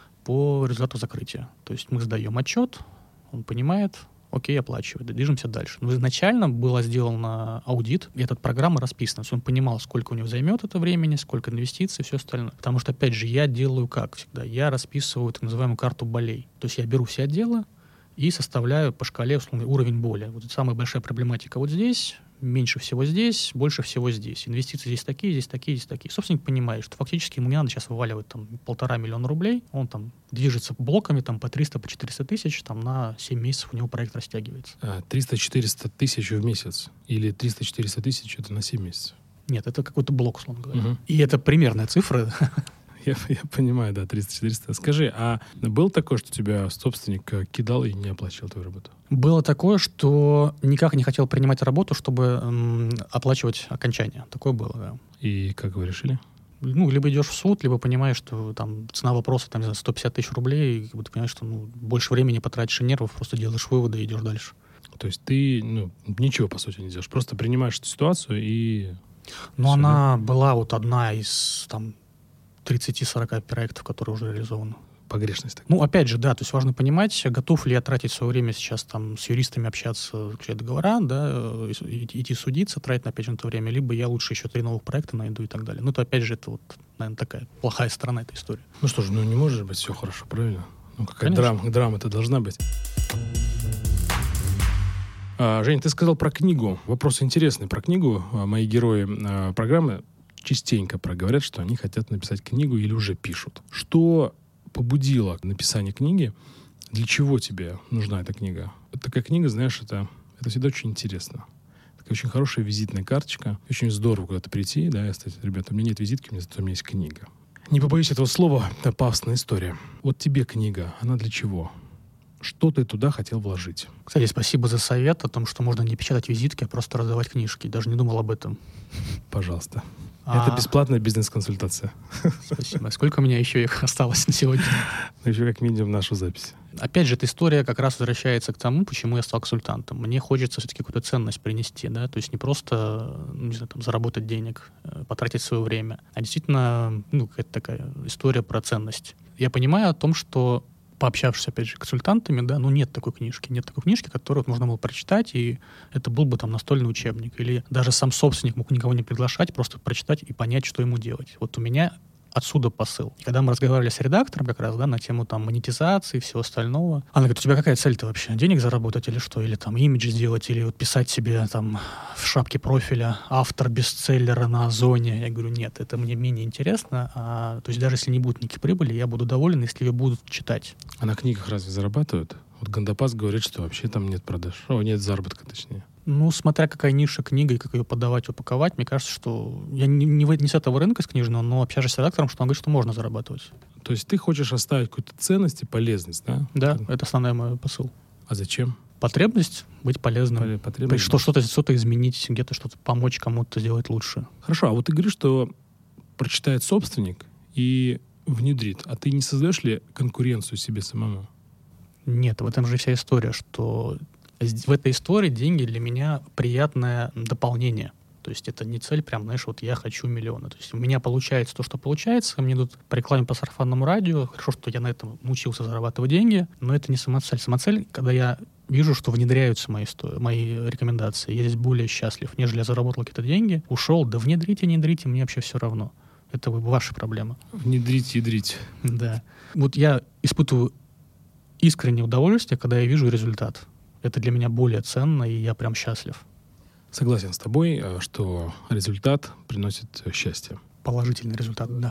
по результату закрытия. То есть мы сдаем отчет, он понимает, окей, оплачивает, движемся дальше. Но изначально было сделано аудит, и эта программа расписана. То есть он понимал, сколько у него займет это времени, сколько инвестиций, все остальное. Потому что, опять же, я делаю как всегда. Я расписываю так называемую карту болей. То есть я беру все отделы и составляю по шкале условно уровень боли. Вот это самая большая проблематика вот здесь, меньше всего здесь, больше всего здесь. Инвестиции здесь такие, здесь такие, здесь такие. Собственник понимает, что фактически ему не надо сейчас вываливать там полтора миллиона рублей, он там движется блоками там по триста, по четыреста тысяч, там на семь месяцев у него проект растягивается. А, триста-четыреста тысяч в месяц или триста-четыреста тысяч это на семь месяцев? Нет, это какой-то блок, условно говоря. Угу. И это примерная цифра. Я, я понимаю, да, триста-четыреста. Скажи, а было такое, что тебя собственник кидал и не оплачивал твою работу? Было такое, что никак не хотел принимать работу, чтобы м, оплачивать окончание. Такое было, да. И как вы решили? Ну, либо идешь в суд, либо понимаешь, что там цена вопроса, там, не знаю, сто пятьдесят тысяч рублей, и как бы ты понимаешь, что ну, больше времени потратишь и нервов, просто делаешь выводы и идешь дальше. То есть ты ну, ничего, по сути, не делаешь, просто принимаешь эту ситуацию и... Ну, она была вот одна из там тридцать-сорок проектов, которые уже реализованы. Погрешность такая. Ну, опять же, да, то есть важно понимать, готов ли я тратить свое время сейчас там с юристами общаться, заключать договора, да, идти судиться, тратить опять же на это время, либо я лучше еще три новых проекта найду и так далее. Ну, это опять же, это вот, наверное, такая плохая сторона этой истории. Ну что ж, ну не может быть все хорошо, правильно? Ну, какая-то драма, драма-то должна быть. А, Жень, ты сказал про книгу. Вопрос интересный про книгу. Мои герои а, программы частенько проговорят, что они хотят написать книгу или уже пишут. Что побудило написание книги? Для чего тебе нужна эта книга? Вот такая книга, знаешь, это, это всегда очень интересно. Такая очень хорошая визитная карточка. Очень здорово куда-то прийти, да, и сказать: ребята, у меня нет визитки, у меня зато у меня есть книга. Не побоюсь этого слова, это пафосная история. Вот тебе книга, она для чего? Что ты туда хотел вложить? Кстати, спасибо за совет о том, что можно не печатать визитки, а просто раздавать книжки. Даже не думал об этом. Пожалуйста. А... Это бесплатная бизнес-консультация. Спасибо. Сколько у меня еще их осталось на сегодня? Еще как минимум нашу запись. Опять же, эта история как раз возвращается к тому, почему я стал консультантом. Мне хочется все-таки какую-то ценность принести, да, то есть не просто, не знаю, там, заработать денег, потратить свое время, а действительно, ну, какая-то такая история про ценность. Я понимаю о том, что пообщавшись, опять же, с консультантами, да, ну, нет такой книжки. Нет такой книжки, которую вот можно было прочитать, и это был бы там настольный учебник. Или даже сам собственник мог никого не приглашать, просто прочитать и понять, что ему делать. Вот у меня отсюда посыл. И когда мы разговаривали с редактором как раз, да, на тему там монетизации и всего остального, она говорит: у тебя какая цель-то вообще? Денег заработать или что? Или там имидж сделать, или вот писать себе там в шапке профиля автор бестселлера на Озоне? Я говорю: нет, это мне менее интересно. А, то есть даже если не будет никаких прибыли, я буду доволен, если ее будут читать. А на книгах разве зарабатывают? Вот Гандапас говорит, что вообще там нет продаж. О, нет заработка, точнее. Ну, смотря какая ниша книга и как ее подавать, упаковать, мне кажется, что я не, не, не с этого рынка, с книжного, но общаюсь с редактором, что он говорит, что можно зарабатывать. То есть ты хочешь оставить какую-то ценность и полезность, да? Да, это основной мой посыл. А зачем? Потребность быть полезным. Потребность. Что, что-то, что-то изменить, где-то что-то помочь кому-то сделать лучше. Хорошо, а вот ты говоришь, что прочитает собственник и внедрит. А ты не создаешь ли конкуренцию себе самому? Нет, в этом же вся история, что в этой истории деньги для меня приятное дополнение. То есть это не цель, прям, знаешь, вот я хочу миллиона. То есть у меня получается то, что получается. Мне идут по рекламе по сарафанному радио. Хорошо, что я на этом научился зарабатывать деньги, но это не самоцель. Самоцель, когда я вижу, что внедряются мои, мои рекомендации, я здесь более счастлив, нежели я заработал какие-то деньги, ушел, да внедрите, не внедрите, мне вообще все равно. Это ваша проблема. Внедрить, ядрить. Да. Вот я испытываю искреннее удовольствие, когда я вижу результат. Это для меня более ценно, и я прям счастлив. Согласен с тобой, что результат приносит счастье. Положительный результат, да.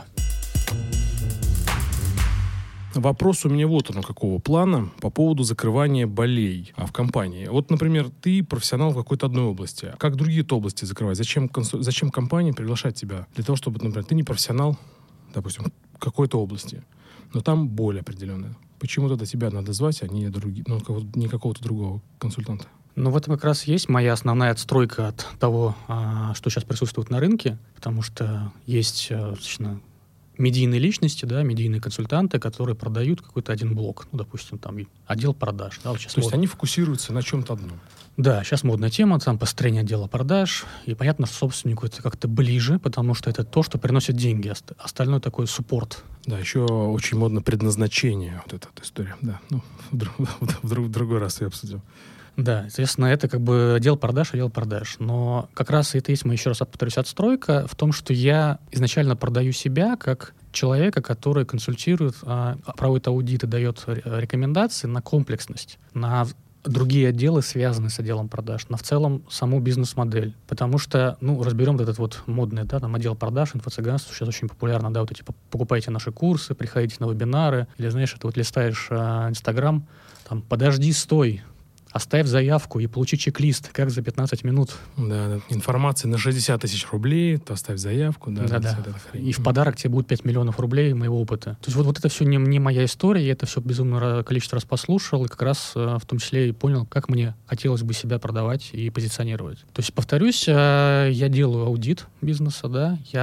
Вопрос у меня вот он, какого плана по поводу закрывания болей в компании. Вот, например, ты профессионал в какой-то одной области. Как другие области закрывать? Зачем, консу... Зачем компания приглашать тебя? Для того, чтобы, например, ты не профессионал, допустим, в какой-то области, но там боль определенная. Почему тогда тебя надо звать, а не, други... ну, не какого-то другого консультанта? Ну, в этом как раз есть моя основная отстройка от того, что сейчас присутствует на рынке, потому что есть достаточно медийные личности, да, медийные консультанты, которые продают какой-то один блок. Ну, допустим, там отдел продаж. Да, вот сейчас То есть мод... они фокусируются на чем-то одном? Да, сейчас модная тема, там построение отдела продаж. И понятно, что собственнику это как-то ближе, потому что это то, что приносит деньги. Остальное такой суппорт. Да, еще очень модно предназначение. Вот эта вот история. Да, ну, в, друг, в, друг, в другой раз я обсудил. Да, естественно, это как бы отдел продаж, отдел продаж. Но как раз это есть, мы еще раз повторюсь, отстройка в том, что я изначально продаю себя как человека, который консультирует, проводит аудит и дает рекомендации на комплексность, на другие отделы, связанные с отделом продаж, на в целом саму бизнес-модель. Потому что, ну, разберем вот этот вот модный, да, там отдел продаж, инфо-цыганство, сейчас очень популярно, да, вот эти, покупайте наши курсы, приходите на вебинары, или, знаешь, это вот листаешь Инстаграм, там, подожди, стой, оставь заявку и получи чек-лист, как за пятнадцать минут. Да, да. Информация на шестьдесят тысяч рублей, то оставь заявку. Да, да, да. И в подарок тебе будет пять миллионов рублей моего опыта. То есть вот, вот это все не, не моя история, я это все безумное количество раз послушал, и как раз в том числе и понял, как мне хотелось бы себя продавать и позиционировать. То есть, повторюсь, я делаю аудит бизнеса, да, я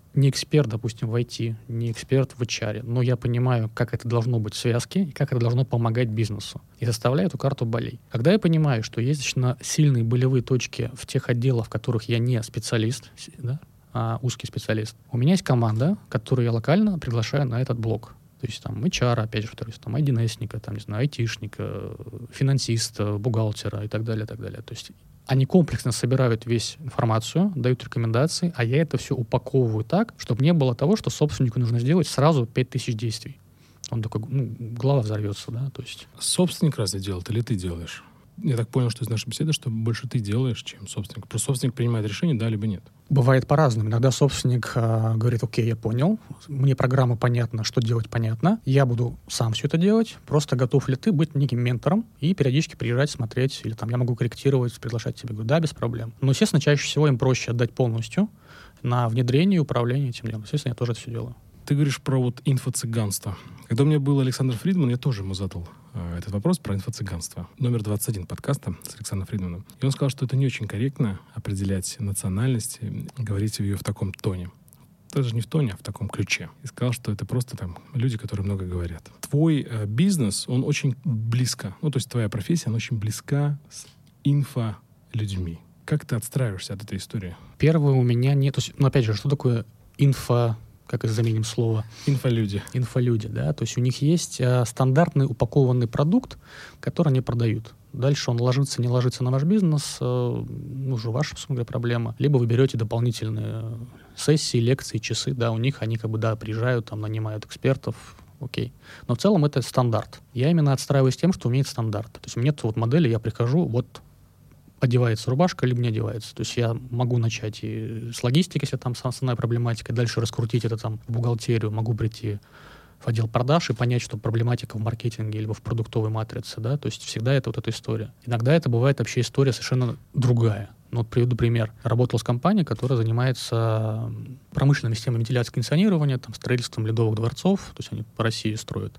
не эксперт, допустим, в ай ти, не эксперт в эйч ар, но я понимаю, как это должно быть в связке и как это должно помогать бизнесу. И составляю эту карту болей. Когда я понимаю, что есть достаточно сильные болевые точки в тех отделах, в которых я не специалист, да, а узкий специалист, у меня есть команда, которую я локально приглашаю на этот блок. То есть там эйч ар, опять же, то есть там ай ди эс-ника, там, не знаю, айтишника, финансиста, бухгалтера и так далее, и так далее. То есть они комплексно собирают весь информацию, дают рекомендации, а я это все упаковываю так, чтобы не было того, что собственнику нужно сделать сразу пять тысяч действий. Он такой, ну, голова взорвется, да, то есть... Собственник разве делает или ты делаешь? Я так понял, что из нашей беседы, что больше ты делаешь, чем собственник. Просто собственник принимает решение, да, либо нет. Бывает по-разному. Иногда собственник э, говорит, окей, я понял, мне программа понятна, что делать понятно, я буду сам все это делать, просто готов ли ты быть неким ментором и периодически приезжать, смотреть, или там я могу корректировать, приглашать тебя. Говорю, да, без проблем. Но, естественно, чаще всего им проще отдать полностью на внедрение и управление этим делом. Естественно, я тоже это все делаю. Ты говоришь про вот инфо-цыганство. Когда у меня был Александр Фридман, я тоже ему задал э, этот вопрос про инфо-цыганство. Номер двадцать один подкаста с Александром Фридманом. И он сказал, что это не очень корректно определять национальность, говорить ее в таком тоне. Даже не в тоне, а в таком ключе. И сказал, что это просто там люди, которые много говорят. Твой э, бизнес, он очень близко, ну, то есть твоя профессия, она очень близка с инфо-людьми. Как ты отстраиваешься от этой истории? Первое у меня нет... То есть, ну, опять же, что такое инфо... как это заменим слово? Инфолюди. Инфолюди, да. То есть у них есть а, стандартный упакованный продукт, который они продают. Дальше он ложится, не ложится на ваш бизнес, а, ну, уже ваша, собственно говоря, проблема. Либо вы берете дополнительные сессии, лекции, часы, да, у них они как бы, да, приезжают, там, нанимают экспертов, окей. Но в целом это стандарт. Я именно отстраиваюсь тем, что умеет стандарт. То есть у меня нет вот модели, я прихожу, вот одевается рубашка, либо не одевается. То есть я могу начать и с логистики, если там основная проблематика, дальше раскрутить это там в бухгалтерию, могу прийти в отдел продаж и понять, что проблематика в маркетинге либо в продуктовой матрице, да, то есть всегда это вот эта история. Иногда это бывает вообще история совершенно другая. Ну, вот приведу пример. Работал с компанией, которая занимается промышленными системами вентиляции и кондиционирования, там, строительством ледовых дворцов, то есть они по России строят.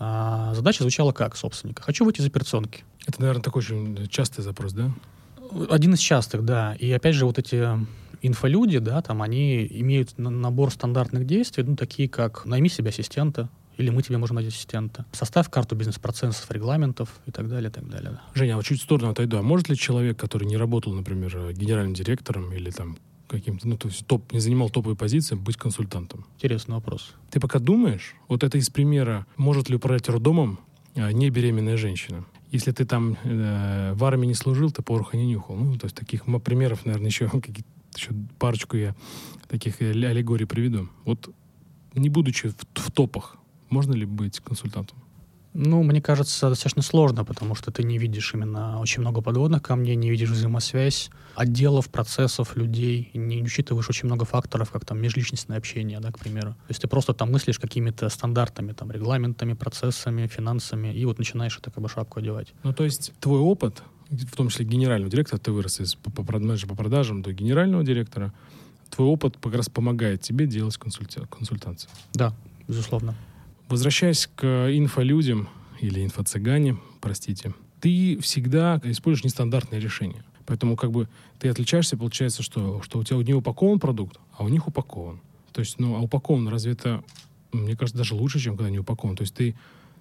А задача звучала как собственника? Хочу выйти из операционки. Это, наверное, такой очень частый запрос, да? Один из частых, да. И опять же, вот эти инфолюди, да, там они имеют набор стандартных действий, ну, такие как найми себе ассистента, или мы тебе можем найти ассистента, составь карту бизнес-процессов, регламентов и так далее, и так далее. Женя, а вот чуть в сторону отойду. А может ли человек, который не работал, например, генеральным директором или там каким-то, ну, то есть топ, не занимал топовые позиции, быть консультантом? Интересный вопрос. Ты пока думаешь, вот это из примера, может ли управлять роддомом а, не беременная женщина? Если ты там э, в армии не служил, ты пороха не нюхал. Ну, то есть таких примеров, наверное, еще, еще парочку я таких аллегорий приведу. Вот не будучи в, в топах, можно ли быть консультантом? Ну, мне кажется, достаточно сложно, потому что ты не видишь именно очень много подводных камней, не видишь взаимосвязь отделов, процессов, людей, не учитываешь очень много факторов, как там межличностное общение, да, к примеру. То есть ты просто там мыслишь какими-то стандартами, там, регламентами, процессами, финансами, и вот начинаешь это как бы шапку одевать. Ну, то есть твой опыт, в том числе генерального директора, ты вырос из по, по, по продажам до генерального директора, твой опыт как раз помогает тебе делать консульта- консультации. Да, безусловно. Возвращаясь к инфолюдям или инфо-цыгане, простите, ты всегда используешь нестандартные решения. Поэтому как бы ты отличаешься, получается, что, что у тебя не упакован продукт, а у них упакован. То есть, ну, а упакован, разве это, мне кажется, даже лучше, чем когда не упакован. То есть ты,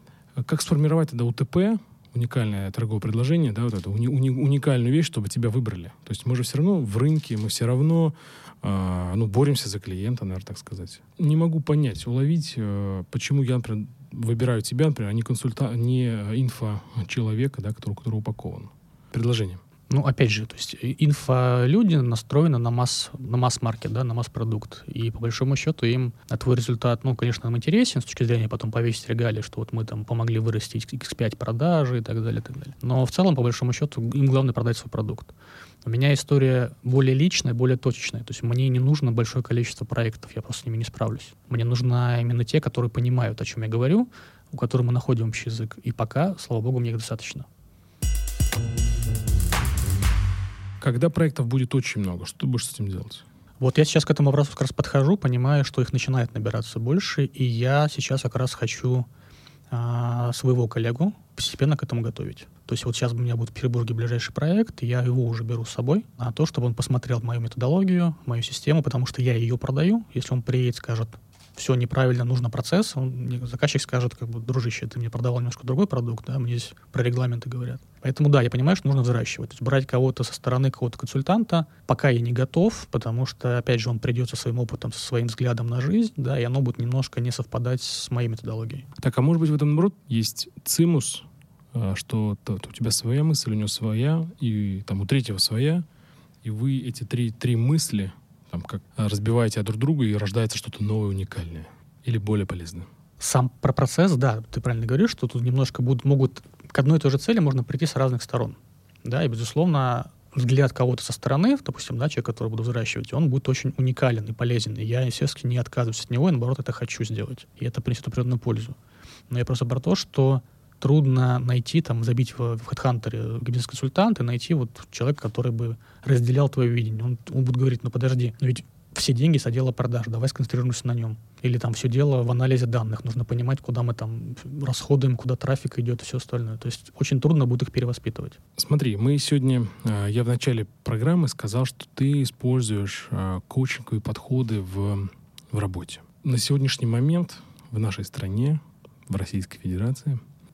как сформировать тогда УТП, уникальное торговое предложение, да, вот эту уни, уни, уникальную вещь, чтобы тебя выбрали. То есть мы же все равно в рынке, мы все равно э, ну, боремся за клиента, наверное, так сказать. Не могу понять, уловить, э, почему я, например, выбираю тебя, например, а не консульта, не инфо-человека, да, который, который упакован. Предложение. Ну, опять же, то есть инфолюди настроены на масс, на масс-маркет, да, на масс-продукт. И по большому счету им твой результат, ну, конечно, им интересен с точки зрения потом повесить регалии, что вот мы там помогли вырастить икс пять продажи и так далее, и так далее. Но в целом, по большому счету, им главное продать свой продукт. У меня история более личная, более точечная. То есть мне не нужно большое количество проектов, я просто с ними не справлюсь. Мне нужны именно те, которые понимают, о чем я говорю, у которых мы находим общий язык. И пока, слава богу, мне их достаточно. Когда проектов будет очень много, что ты будешь с этим делать? Вот я сейчас к этому вопросу как раз подхожу, понимаю, что их начинает набираться больше, и я сейчас как раз хочу а, своего коллегу постепенно к этому готовить. То есть вот сейчас у меня будет в Петербурге ближайший проект, и я его уже беру с собой на то, чтобы он посмотрел мою методологию, мою систему, потому что я ее продаю. Если он приедет, скажет, все неправильно, нужно процесс, он, заказчик скажет, как бы, дружище, ты мне продавал немножко другой продукт, да, мне здесь про регламенты говорят. Поэтому да, я понимаю, что нужно взращивать. То есть брать кого-то со стороны, какого-то консультанта, пока я не готов, потому что, опять же, он придет со своим опытом, со своим взглядом на жизнь, да, и оно будет немножко не совпадать с моей методологией. Так, а может быть в этом, наоборот, есть цимус, что у тебя своя мысль, у него своя, и там у третьего своя, и вы эти три, три мысли там как разбиваете друг друга, и рождается что-то новое, уникальное или более полезное. Сам про процесс, да, ты правильно говоришь, что тут немножко будут, могут к одной и той же цели можно прийти с разных сторон. Да, и, безусловно, взгляд кого-то со стороны, допустим, да, человек, который буду взращивать, он будет очень уникален и полезен. И я, естественно, не отказываюсь от него, и, наоборот, это хочу сделать. И это принесет определенную пользу. Но я просто про то, что трудно найти, там, забить в, в HeadHunter бизнес-консультанта и найти вот человека, который бы разделял твое видение. Он, он будет говорить, ну подожди, но ведь все деньги с отдела продаж, давай сконцентрируемся на нем. Или там все дело в анализе данных, нужно понимать, куда мы там расходуем, куда трафик идет и все остальное. То есть очень трудно будет их перевоспитывать. Смотри, мы сегодня, я в начале программы сказал, что ты используешь коучинговые подходы в, в работе. На сегодняшний момент в нашей стране, в Российской Федерации,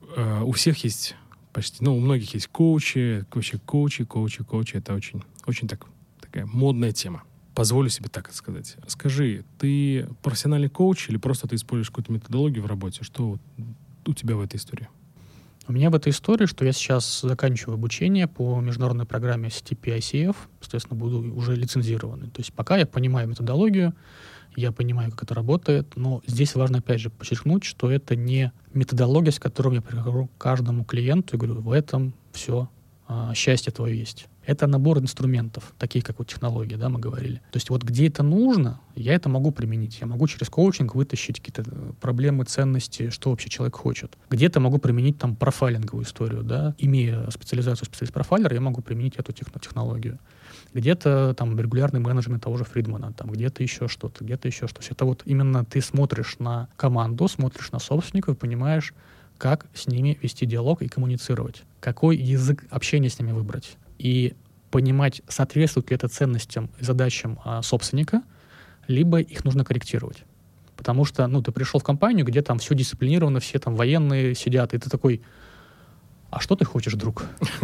у всех есть почти, ну, у многих есть коучи, вообще коучи, коучи, коучи. Это очень, очень так, такая модная тема. Позволю себе так сказать. Скажи, ты профессиональный коуч или просто ты используешь какую-то методологию в работе? Что у тебя в этой истории? У меня в этой истории, что я сейчас заканчиваю обучение по международной программе си ти пи ай си эф, соответственно, буду уже лицензированный. То есть пока я понимаю методологию, я понимаю, как это работает, но здесь важно, опять же, подчеркнуть, что это не методология, с которой я прихожу к каждому клиенту и говорю, в этом все, а, счастье твое есть. Это набор инструментов, таких как вот технологии, да, мы говорили. То есть вот где это нужно, я это могу применить. Я могу через коучинг вытащить какие-то проблемы, ценности, что вообще человек хочет. Где-то могу применить там профайлинговую историю, да. Имея специализацию специалист-профайлер, я могу применить эту технологию. Где-то там регулярный менеджмент того же Фридмана, там где-то еще что-то, где-то еще что-то. Это вот именно ты смотришь на команду, смотришь на собственников и понимаешь, как с ними вести диалог и коммуницировать. Какой язык общения с ними выбрать. И понимать, соответствует ли это ценностям и задачам а, собственника, либо их нужно корректировать. Потому что, ну, ты пришел в компанию, где там все дисциплинировано, все там военные сидят, и ты такой, а что ты хочешь, друг?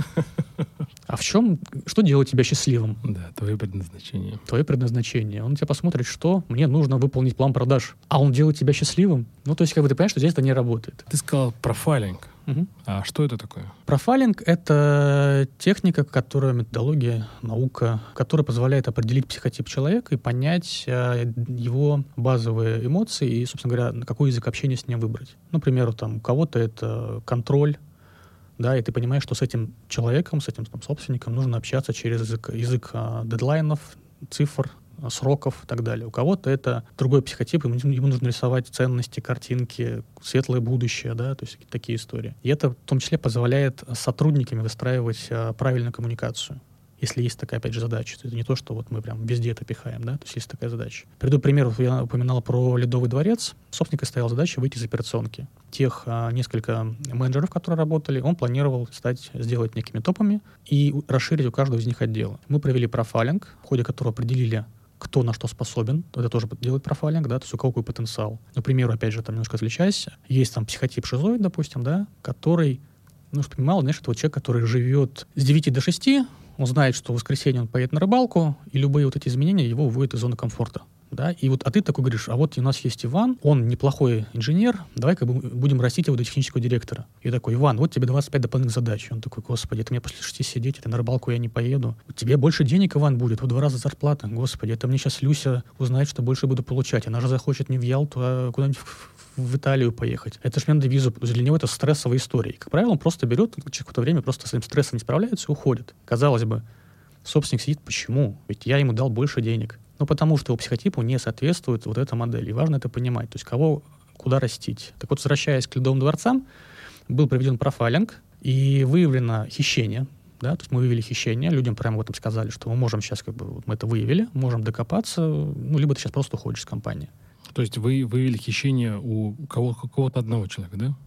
А в чем, что делает тебя счастливым? Да, твое предназначение. Твое предназначение. Он на тебя посмотрит, что мне нужно выполнить план продаж, а он делает тебя счастливым. Ну, то есть, как бы ты понимаешь, что здесь это не работает. Ты сказал профайлинг. Угу. А что это такое? Профайлинг — это техника, которая, методология, наука, которая позволяет определить психотип человека и понять э, его базовые эмоции и, собственно говоря, какой язык общения с ним выбрать. Например, там, у кого-то это контроль, да, и ты понимаешь, что с этим человеком, с этим там, собственником нужно общаться через язык, язык а, дедлайнов, цифр, а, сроков и так далее. У кого-то это другой психотип, ему, ему нужно рисовать ценности, картинки, светлое будущее, да, то есть такие истории. И это в том числе позволяет с сотрудниками выстраивать а, правильную коммуникацию. Если есть такая, опять же, задача. Это не то, что вот мы прям везде это пихаем, да, то есть есть такая задача. Приду пример, я упоминал про Ледовый дворец. Собственника стояла задача выйти из операционки. Тех а, несколько менеджеров, которые работали, он планировал стать, сделать некими топами и расширить у каждого из них отдела. Мы провели профайлинг, в ходе которого определили, кто на что способен. Это тоже делает профайлинг, да, то есть у кого какой потенциал. Например, опять же, там немножко отличаясь, есть там психотип шизоид, допустим, да, который, ну, что понимал, знаешь, это вот человек, который живет с девяти до шести, он знает, что в воскресенье он поедет на рыбалку, и любые вот эти изменения его выводят из зоны комфорта. Да? И вот, а ты такой говоришь, а вот у нас есть Иван, он неплохой инженер, давай-ка будем растить его до технического директора. И такой, Иван, вот тебе двадцать пять дополнительных задач. И он такой, господи, это мне после шести сидеть, это на рыбалку я не поеду. Тебе больше денег, Иван, будет, в два раза зарплата. Господи, это мне сейчас Люся узнает, что больше буду получать. Она же захочет не в Ялту, а куда-нибудь в, в Италию поехать. Это ж мне надо визу. Для него это стрессовая история. И, как правило, он просто берет, через какое-то время просто с этим стрессом не справляется и уходит. Казалось бы, собственник сидит, почему? Ведь я ему дал больше денег. Ну, потому что его психотипу не соответствует вот эта модель. И важно это понимать. То есть кого, куда растить. Так вот, возвращаясь к Ледовым дворцам, был проведен профайлинг, и выявлено хищение. Да? То есть мы выявили хищение, людям прямо об этом сказали, что мы можем сейчас, как бы, вот мы это выявили, можем докопаться, ну, либо ты сейчас просто уходишь с компании. То есть вы выявили хищение у кого, какого-то одного человека, да?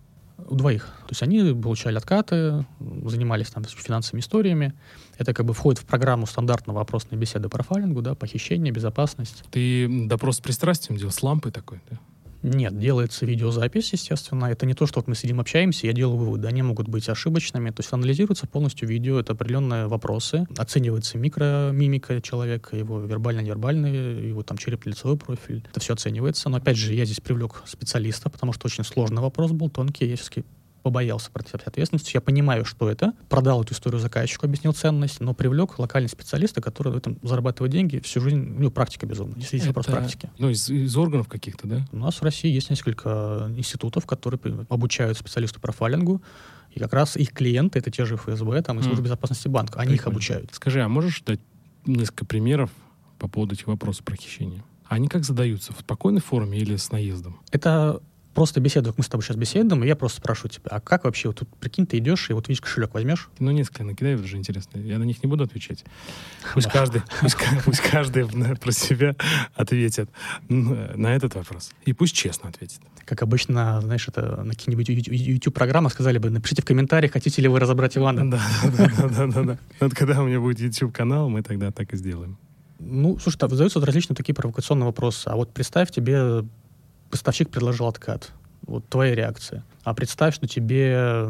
У двоих. То есть они получали откаты, занимались там финансовыми историями. Это как бы входит в программу стандартного опросной беседы профайлингу, да, похищение, безопасность. Ты допрос с пристрастием делал, с лампой такой, да? Нет, делается видеозапись, естественно. Это не то, что вот мы сидим, общаемся, я делаю выводы. Они могут быть ошибочными. То есть анализируется полностью видео, это определенные вопросы. Оценивается микромимика человека, его вербально-невербальный, его там черепно-лицевой профиль. Это все оценивается. Но опять же, я здесь привлек специалиста, потому что очень сложный вопрос был, тонкий, я все-таки побоялся против ответственности. Я понимаю, что это. Продал эту историю заказчику, объяснил ценность, но привлек локального специалиста, который в этом зарабатывает деньги всю жизнь. У него практика безумная. Здесь есть вопрос практики. Ну, из, из органов каких-то, да? У нас в России есть несколько институтов, которые обучают специалисту профайлингу. И как раз их клиенты, это те же эф эс бэ, там, и служба mm. безопасности банка. Они Прикольно. Их обучают. Скажи, а можешь дать несколько примеров по поводу этих вопросов про хищения? Они как задаются? В спокойной форме или с наездом? Это... Просто беседую, как мы с тобой сейчас беседуем, и я просто спрашиваю тебя, а как вообще, вот тут, прикинь, ты идешь, и вот видишь, кошелек возьмешь? Ну, несколько накидай, это же интересно. Я на них не буду отвечать. Пусть каждый, пусть, пусть каждый про себя ответит на этот вопрос. И пусть честно ответит. Как обычно, знаешь, это на каких-нибудь YouTube-программах сказали бы, напишите в комментариях, хотите ли вы разобрать Ивана. Да, да, да, да, да. Вот когда у меня будет YouTube-канал, мы тогда так и сделаем. Ну, слушай, там задаются различные такие провокационные вопросы. А вот представь, тебе поставщик предложил откат. Вот твоя реакция. А представь, что тебе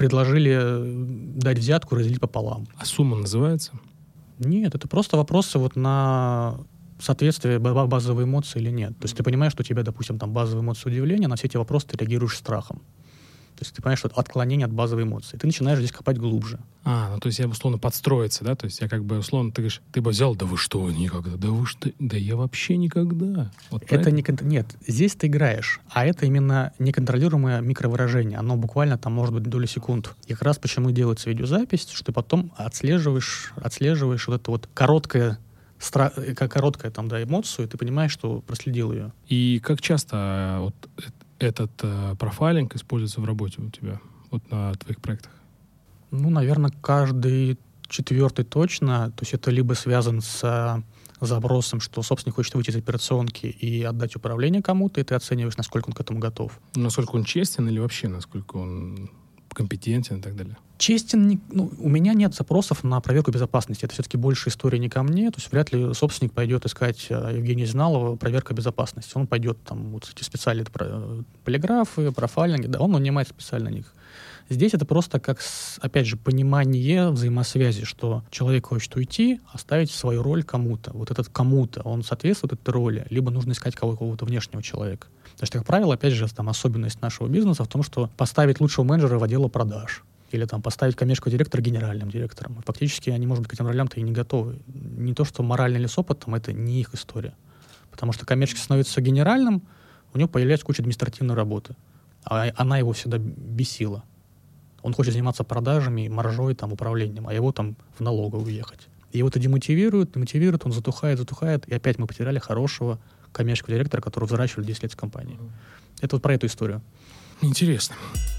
предложили дать взятку, разделить пополам. А сумма называется? Нет, это просто вопросы вот на соответствие базовой эмоции или нет. То есть ты понимаешь, что у тебя, допустим, там базовая эмоция удивления, на все эти вопросы ты реагируешь страхом. То есть ты понимаешь, что это отклонение от базовой эмоции. Ты начинаешь здесь копать глубже. А, ну то есть я условно подстроиться, да? То есть я как бы условно, ты говоришь, ты бы взял, да вы что, никогда, да вы что, да я вообще никогда. Вот это не, нет, здесь ты играешь, а это именно неконтролируемое микровыражение. Оно буквально там может быть доли секунд. И как раз почему делается видеозапись, что ты потом отслеживаешь, отслеживаешь вот это вот короткое, стра... короткое там, да, эмоцию, и ты понимаешь, что проследил ее. И как часто вот этот э, профайлинг используется в работе у тебя, вот на твоих проектах? Ну, наверное, каждый четвертый точно. То есть это либо связан с запросом, что собственник хочет выйти из операционки и отдать управление кому-то, и ты оцениваешь, насколько он к этому готов. Насколько он честен или вообще насколько он компетентен и так далее? Честен, ну, у меня нет запросов на проверку безопасности. Это все-таки больше история не ко мне. То есть вряд ли собственник пойдет искать Евгения Зиналова проверка безопасности. Он пойдет там вот эти специальные полиграфы, профайлинги, да, он нанимает специально них. Здесь это просто как, опять же, понимание взаимосвязи, что человек хочет уйти, оставить свою роль кому-то. Вот этот кому-то, он соответствует этой роли, либо нужно искать кого-то внешнего человека. Потому что, как правило, опять же, там особенность нашего бизнеса в том, что поставить лучшего менеджера в отдел продаж или там поставить коммерческого директора генеральным директором. Фактически они, может быть, к этим ролям-то и не готовы. Не то, что морально или с опытом, это не их история. Потому что коммерческий становится генеральным, у него появляется куча административной работы. А она его всегда бесила. Он хочет заниматься продажами, маржой, там, управлением, а его там в налоговую уехать. И его это демотивирует, демотивирует, он затухает, затухает, и опять мы потеряли хорошего коммерческого директора, которого взращивали десять лет с компанией. Mm-hmm. Это вот про эту историю. Интересно.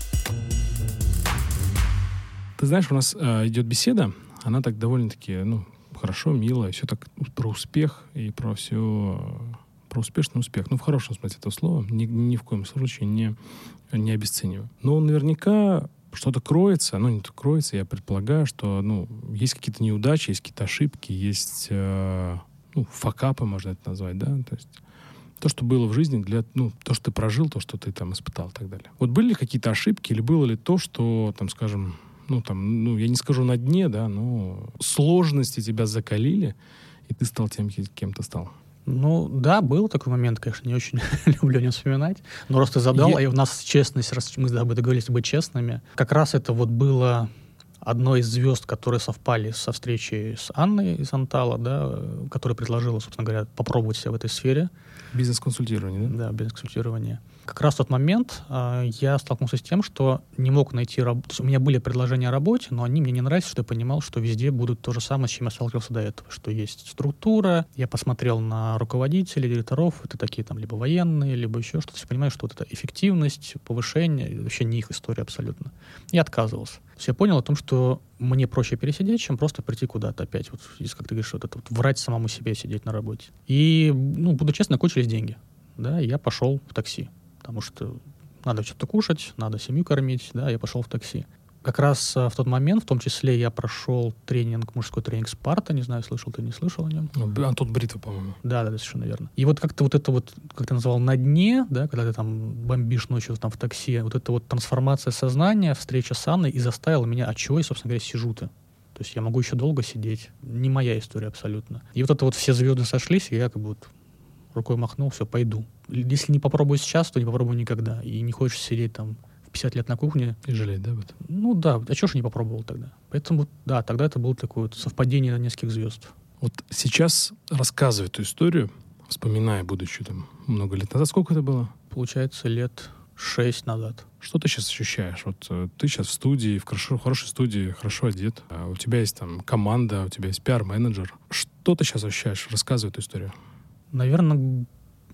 Ты знаешь, у нас э, идет беседа, она так довольно-таки, ну, хорошо, мило, все так про успех и про все, про успешный успех. Ну, в хорошем смысле этого слова, ни, ни в коем случае не, не обесцениваю. Но наверняка что-то кроется, ну, не кроется, я предполагаю, что, ну, есть какие-то неудачи, есть какие-то ошибки, есть, э, ну, факапы, можно это назвать, да, то есть то, что было в жизни, для, ну, то, что ты прожил, то, что ты там испытал и так далее. Вот были ли какие-то ошибки или было ли то, что, там, скажем, ну, там, ну, я не скажу на дне, да, но сложности тебя закалили, и ты стал тем, кем ты стал? Ну, да, был такой момент, конечно, не очень люблю не вспоминать. Но раз ты задал, я... и у нас честность, раз мы с тобой договорились быть честными, как раз это вот было одной из звезд, которые совпали со встречей с Анной из Антала, да, которая предложила, собственно говоря, попробовать себя в этой сфере. Бизнес-консультирование, да? Да, бизнес-консультирование. Как раз в тот момент э, я столкнулся с тем, что не мог найти работу. У меня были предложения о работе, но они мне не нравились, что я понимал, что везде будут то же самое, с чем я сталкивался до этого. Что есть структура, я посмотрел на руководителей, директоров, это такие там либо военные, либо еще что-то. Я понимаю, что вот эта эффективность, повышение, вообще не их история абсолютно. Я отказывался. То есть я понял о том, что мне проще пересидеть, чем просто прийти куда-то опять. Вот, как ты говоришь, вот это вот врать самому себе, сидеть на работе. И, ну, буду честно, кончились деньги. Да, и я пошел в такси. Потому что надо что-то кушать, надо семью кормить, да, я пошел в такси. Как раз в тот момент, в том числе, я прошел тренинг, мужской тренинг «Спарта», не знаю, слышал ты, не слышал о нем? Антон Бритва, по-моему. Да, да, да, совершенно верно. И вот как-то вот это вот, как ты назвал, на дне, да, когда ты там бомбишь ночью там в такси, вот эта вот трансформация сознания, встреча с Анной и заставила меня, а чего я, собственно говоря, сижу-то? То есть я могу еще долго сидеть. Не моя история абсолютно. И вот это вот все звезды сошлись, и я как бы вот рукой махнул, все, пойду. Если не попробую сейчас, то не попробую никогда. И не хочешь сидеть там пятьдесят лет на кухне. И жалеть, да, об этом? Ну да, а чего ж не попробовал тогда? Поэтому, да, тогда это было такое вот совпадение нескольких звезд. Вот сейчас, рассказывая эту историю, вспоминая будущее там много лет назад, сколько это было? Получается, лет шесть назад. Что ты сейчас ощущаешь? Вот э, ты сейчас в студии, в хорошо, хорошей студии, хорошо одет, а у тебя есть там команда, у тебя есть пиар-менеджер. Что ты сейчас ощущаешь? Рассказывай эту историю. Наверное,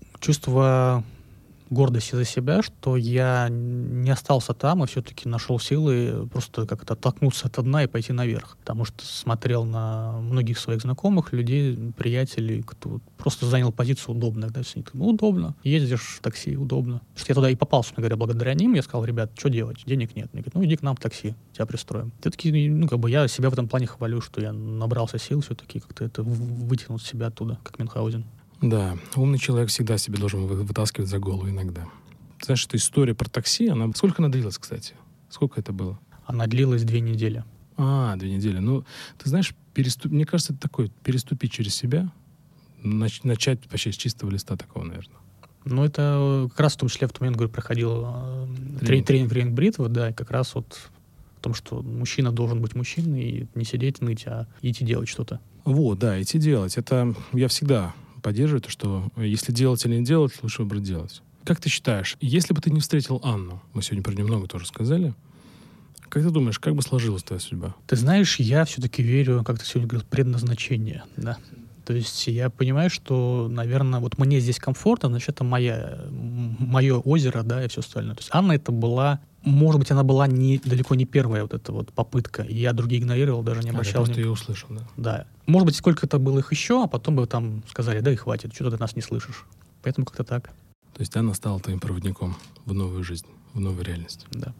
чувство гордости за себя, что я не остался там, а все-таки нашел силы просто как-то оттолкнуться от дна и пойти наверх. Потому что смотрел на многих своих знакомых, людей, приятелей, кто просто занял позицию удобную. Да, все, ну, удобно. Ездишь в такси, удобно. Потому что я туда и попал, собственно говоря, благодаря ним. Я сказал, ребят, что делать? Денег нет. Мне говорят, ну, иди к нам в такси, тебя пристроим. Все-таки, ну, как бы я себя в этом плане хвалю, что я набрался сил все-таки как-то это вытянул себя оттуда, как Мюнхгаузен. Да, умный человек всегда себе должен вытаскивать за голову иногда. Ты знаешь, эта история про такси, она... Сколько она длилась, кстати? Сколько это было? Она длилась две недели. А, две недели. Ну, ты знаешь, переступ... мне кажется, это такое, переступить через себя, нач... начать почти с чистого листа такого, наверное. Ну, это как раз в том числе в тот момент, говорю, проходил э, тренинг, тренинг, тренинг бритвы, да, и как раз вот в том, что мужчина должен быть мужчиной и не сидеть, ныть, а идти делать что-то. Вот, да, идти делать. Это я всегда поддерживаю, то, что если делать или не делать, лучше выбрать делать. Как ты считаешь, если бы ты не встретил Анну, мы сегодня про нее много тоже сказали, как ты думаешь, как бы сложилась твоя судьба? Ты знаешь, я все-таки верю, как ты сегодня говорил, предназначение, да. То есть я понимаю, что, наверное, вот мне здесь комфортно, значит, это моя, мое озеро, да, и все остальное. То есть Анна это была, может быть, она была не, далеко не первая вот эта вот попытка. И я другие игнорировал, даже не обращал. А, ты просто ни... ее услышал, да? Да. Может быть, сколько это было их еще, а потом бы там сказали, да и хватит, что ты нас не слышишь. Поэтому как-то так. То есть Анна стала твоим проводником в новую жизнь, в новую реальность. Да.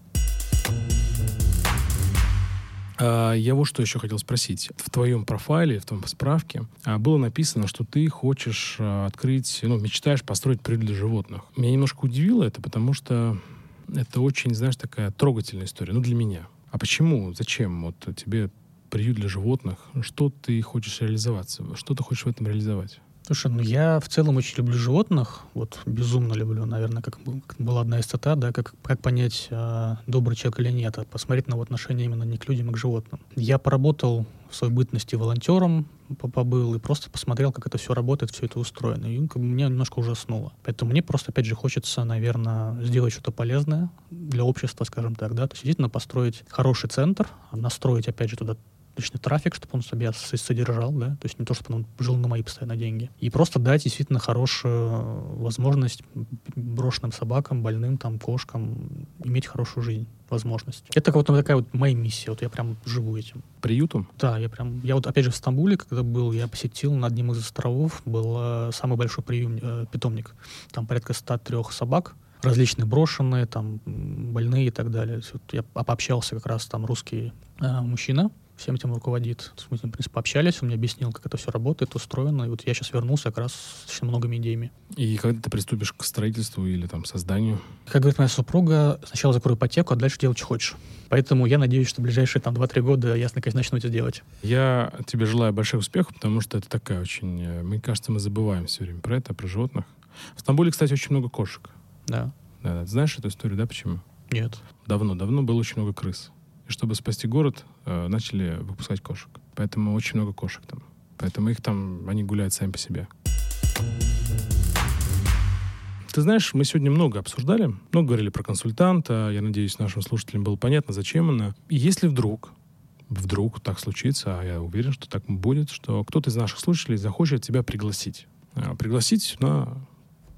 А, я вот что еще хотел спросить. В твоем профайле, в твоем справке а, было написано, что ты хочешь а, открыть, ну, мечтаешь построить приют для животных. Меня немножко удивило это, потому что это очень, знаешь, такая трогательная история. Ну, для меня. А почему? Зачем? Вот тебе приют для животных. Что ты хочешь реализоваться? Что ты хочешь в этом реализовать? Слушай, ну я в целом очень люблю животных, вот безумно люблю, наверное, как, как была одна из цитат, да, как, как понять, э, добрый человек или нет, а посмотреть на его отношение именно не к людям, а к животным. Я поработал в своей бытности волонтером, побыл и просто посмотрел, как это все работает, все это устроено, и как бы, меня немножко ужаснуло. Поэтому мне просто, опять же, хочется, наверное, сделать что-то полезное для общества, скажем так, да, то есть действительно построить хороший центр, настроить, опять же, туда личный трафик, чтобы он себя содержал, да, то есть не то, чтобы он жил на мои постоянно деньги. И просто дать действительно хорошую возможность брошенным собакам, больным, там, кошкам иметь хорошую жизнь, возможность. Это вот такая вот моя миссия, вот я прям живу этим. Приютом? Да, я прям, я вот опять же в Стамбуле, когда был, я посетил на одним из островов, был э, самый большой прием, э, питомник. Там порядка ста трёх собак, различные брошенные, там, больные и так далее. Вот я пообщался как раз там русский э, мужчина, всем этим руководит. Мы с ним, в принципе, пообщались, он мне объяснил, как это все работает, устроено. И вот я сейчас вернулся как раз с очень многими идеями. И когда ты приступишь к строительству или там созданию? Как говорит моя супруга, сначала закрой ипотеку, а дальше делай, что хочешь. Поэтому я надеюсь, что в ближайшие там два-три года я наконец начну это делать. Я тебе желаю больших успехов, потому что это такая очень... Мне кажется, мы забываем все время про это, про животных. В Стамбуле, кстати, очень много кошек. Да. Да, ты знаешь эту историю, да, почему? Нет. Давно-давно было очень много крыс. И чтобы спасти город, э, начали выпускать кошек. Поэтому очень много кошек там. Поэтому их там, они гуляют сами по себе. Ты знаешь, мы сегодня много обсуждали, много говорили про консультанта. Я надеюсь, нашим слушателям было понятно, зачем она. И если вдруг, вдруг так случится, а я уверен, что так будет, что кто-то из наших слушателей захочет тебя пригласить. Э, пригласить на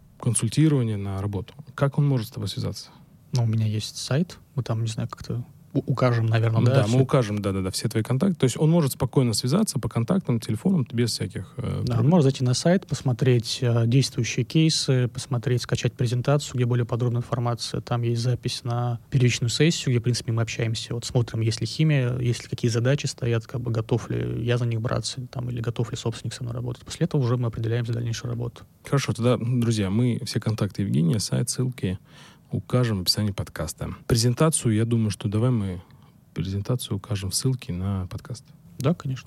консультирование, на работу. Как он может с тобой связаться? Ну, у меня есть сайт, мы там, не знаю, как-то укажем, наверное, да? Да, все... мы укажем, да-да-да, все твои контакты. То есть он может спокойно связаться по контактам, телефонам, без всяких... Э, да, он может зайти на сайт, посмотреть э, действующие кейсы, посмотреть, скачать презентацию, где более подробная информация. Там есть запись на первичную сессию, где, в принципе, мы общаемся. Вот смотрим, есть ли химия, есть ли какие задачи стоят, как бы готов ли я за них браться, там, или готов ли собственник со мной работать. После этого уже мы определяем за дальнейшую работу. Хорошо, тогда, друзья, мы все контакты Евгения, сайт, ссылки укажем в описании подкаста. Презентацию, я думаю, что давай мы презентацию укажем в ссылке на подкаст. Да, конечно.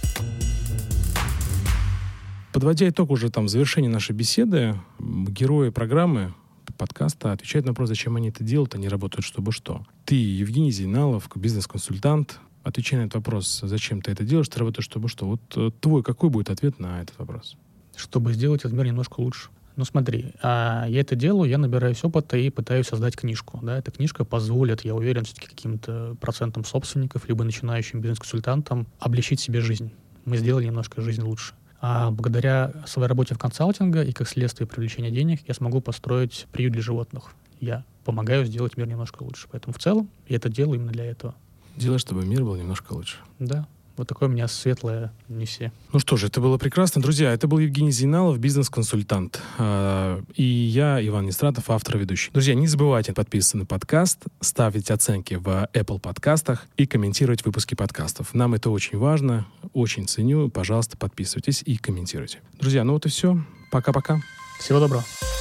Подводя итог уже там в завершении нашей беседы, герои программы подкаста отвечают на вопрос, зачем они это делают, они работают чтобы что. Ты, Евгений Зейналов, бизнес-консультант, отвечай на этот вопрос, зачем ты это делаешь, ты работаешь чтобы что. Вот твой какой будет ответ на этот вопрос? Чтобы сделать этот мир немножко лучше. Ну смотри, а я это делаю, я набираюсь опыта и пытаюсь создать книжку. Да? Эта книжка позволит, я уверен, все-таки каким-то процентам собственников, либо начинающим бизнес-консультантам облегчить себе жизнь. Мы сделали немножко жизнь лучше. А благодаря своей работе в консалтинге и, как следствие привлечения денег, я смогу построить приют для животных. Я помогаю сделать мир немножко лучше. Поэтому в целом я это делаю именно для этого. Делай, чтобы мир был немножко лучше. Да. Вот такое у меня светлое миссия. Ну что же, это было прекрасно. Друзья, это был Евгений Зейналов, бизнес-консультант. И я, Иван Нестратов, автор и ведущий. Друзья, не забывайте подписываться на подкаст, ставить оценки в Apple подкастах и комментировать выпуски подкастов. Нам это очень важно, очень ценю. Пожалуйста, подписывайтесь и комментируйте. Друзья, ну вот и все. Пока-пока. Всего доброго.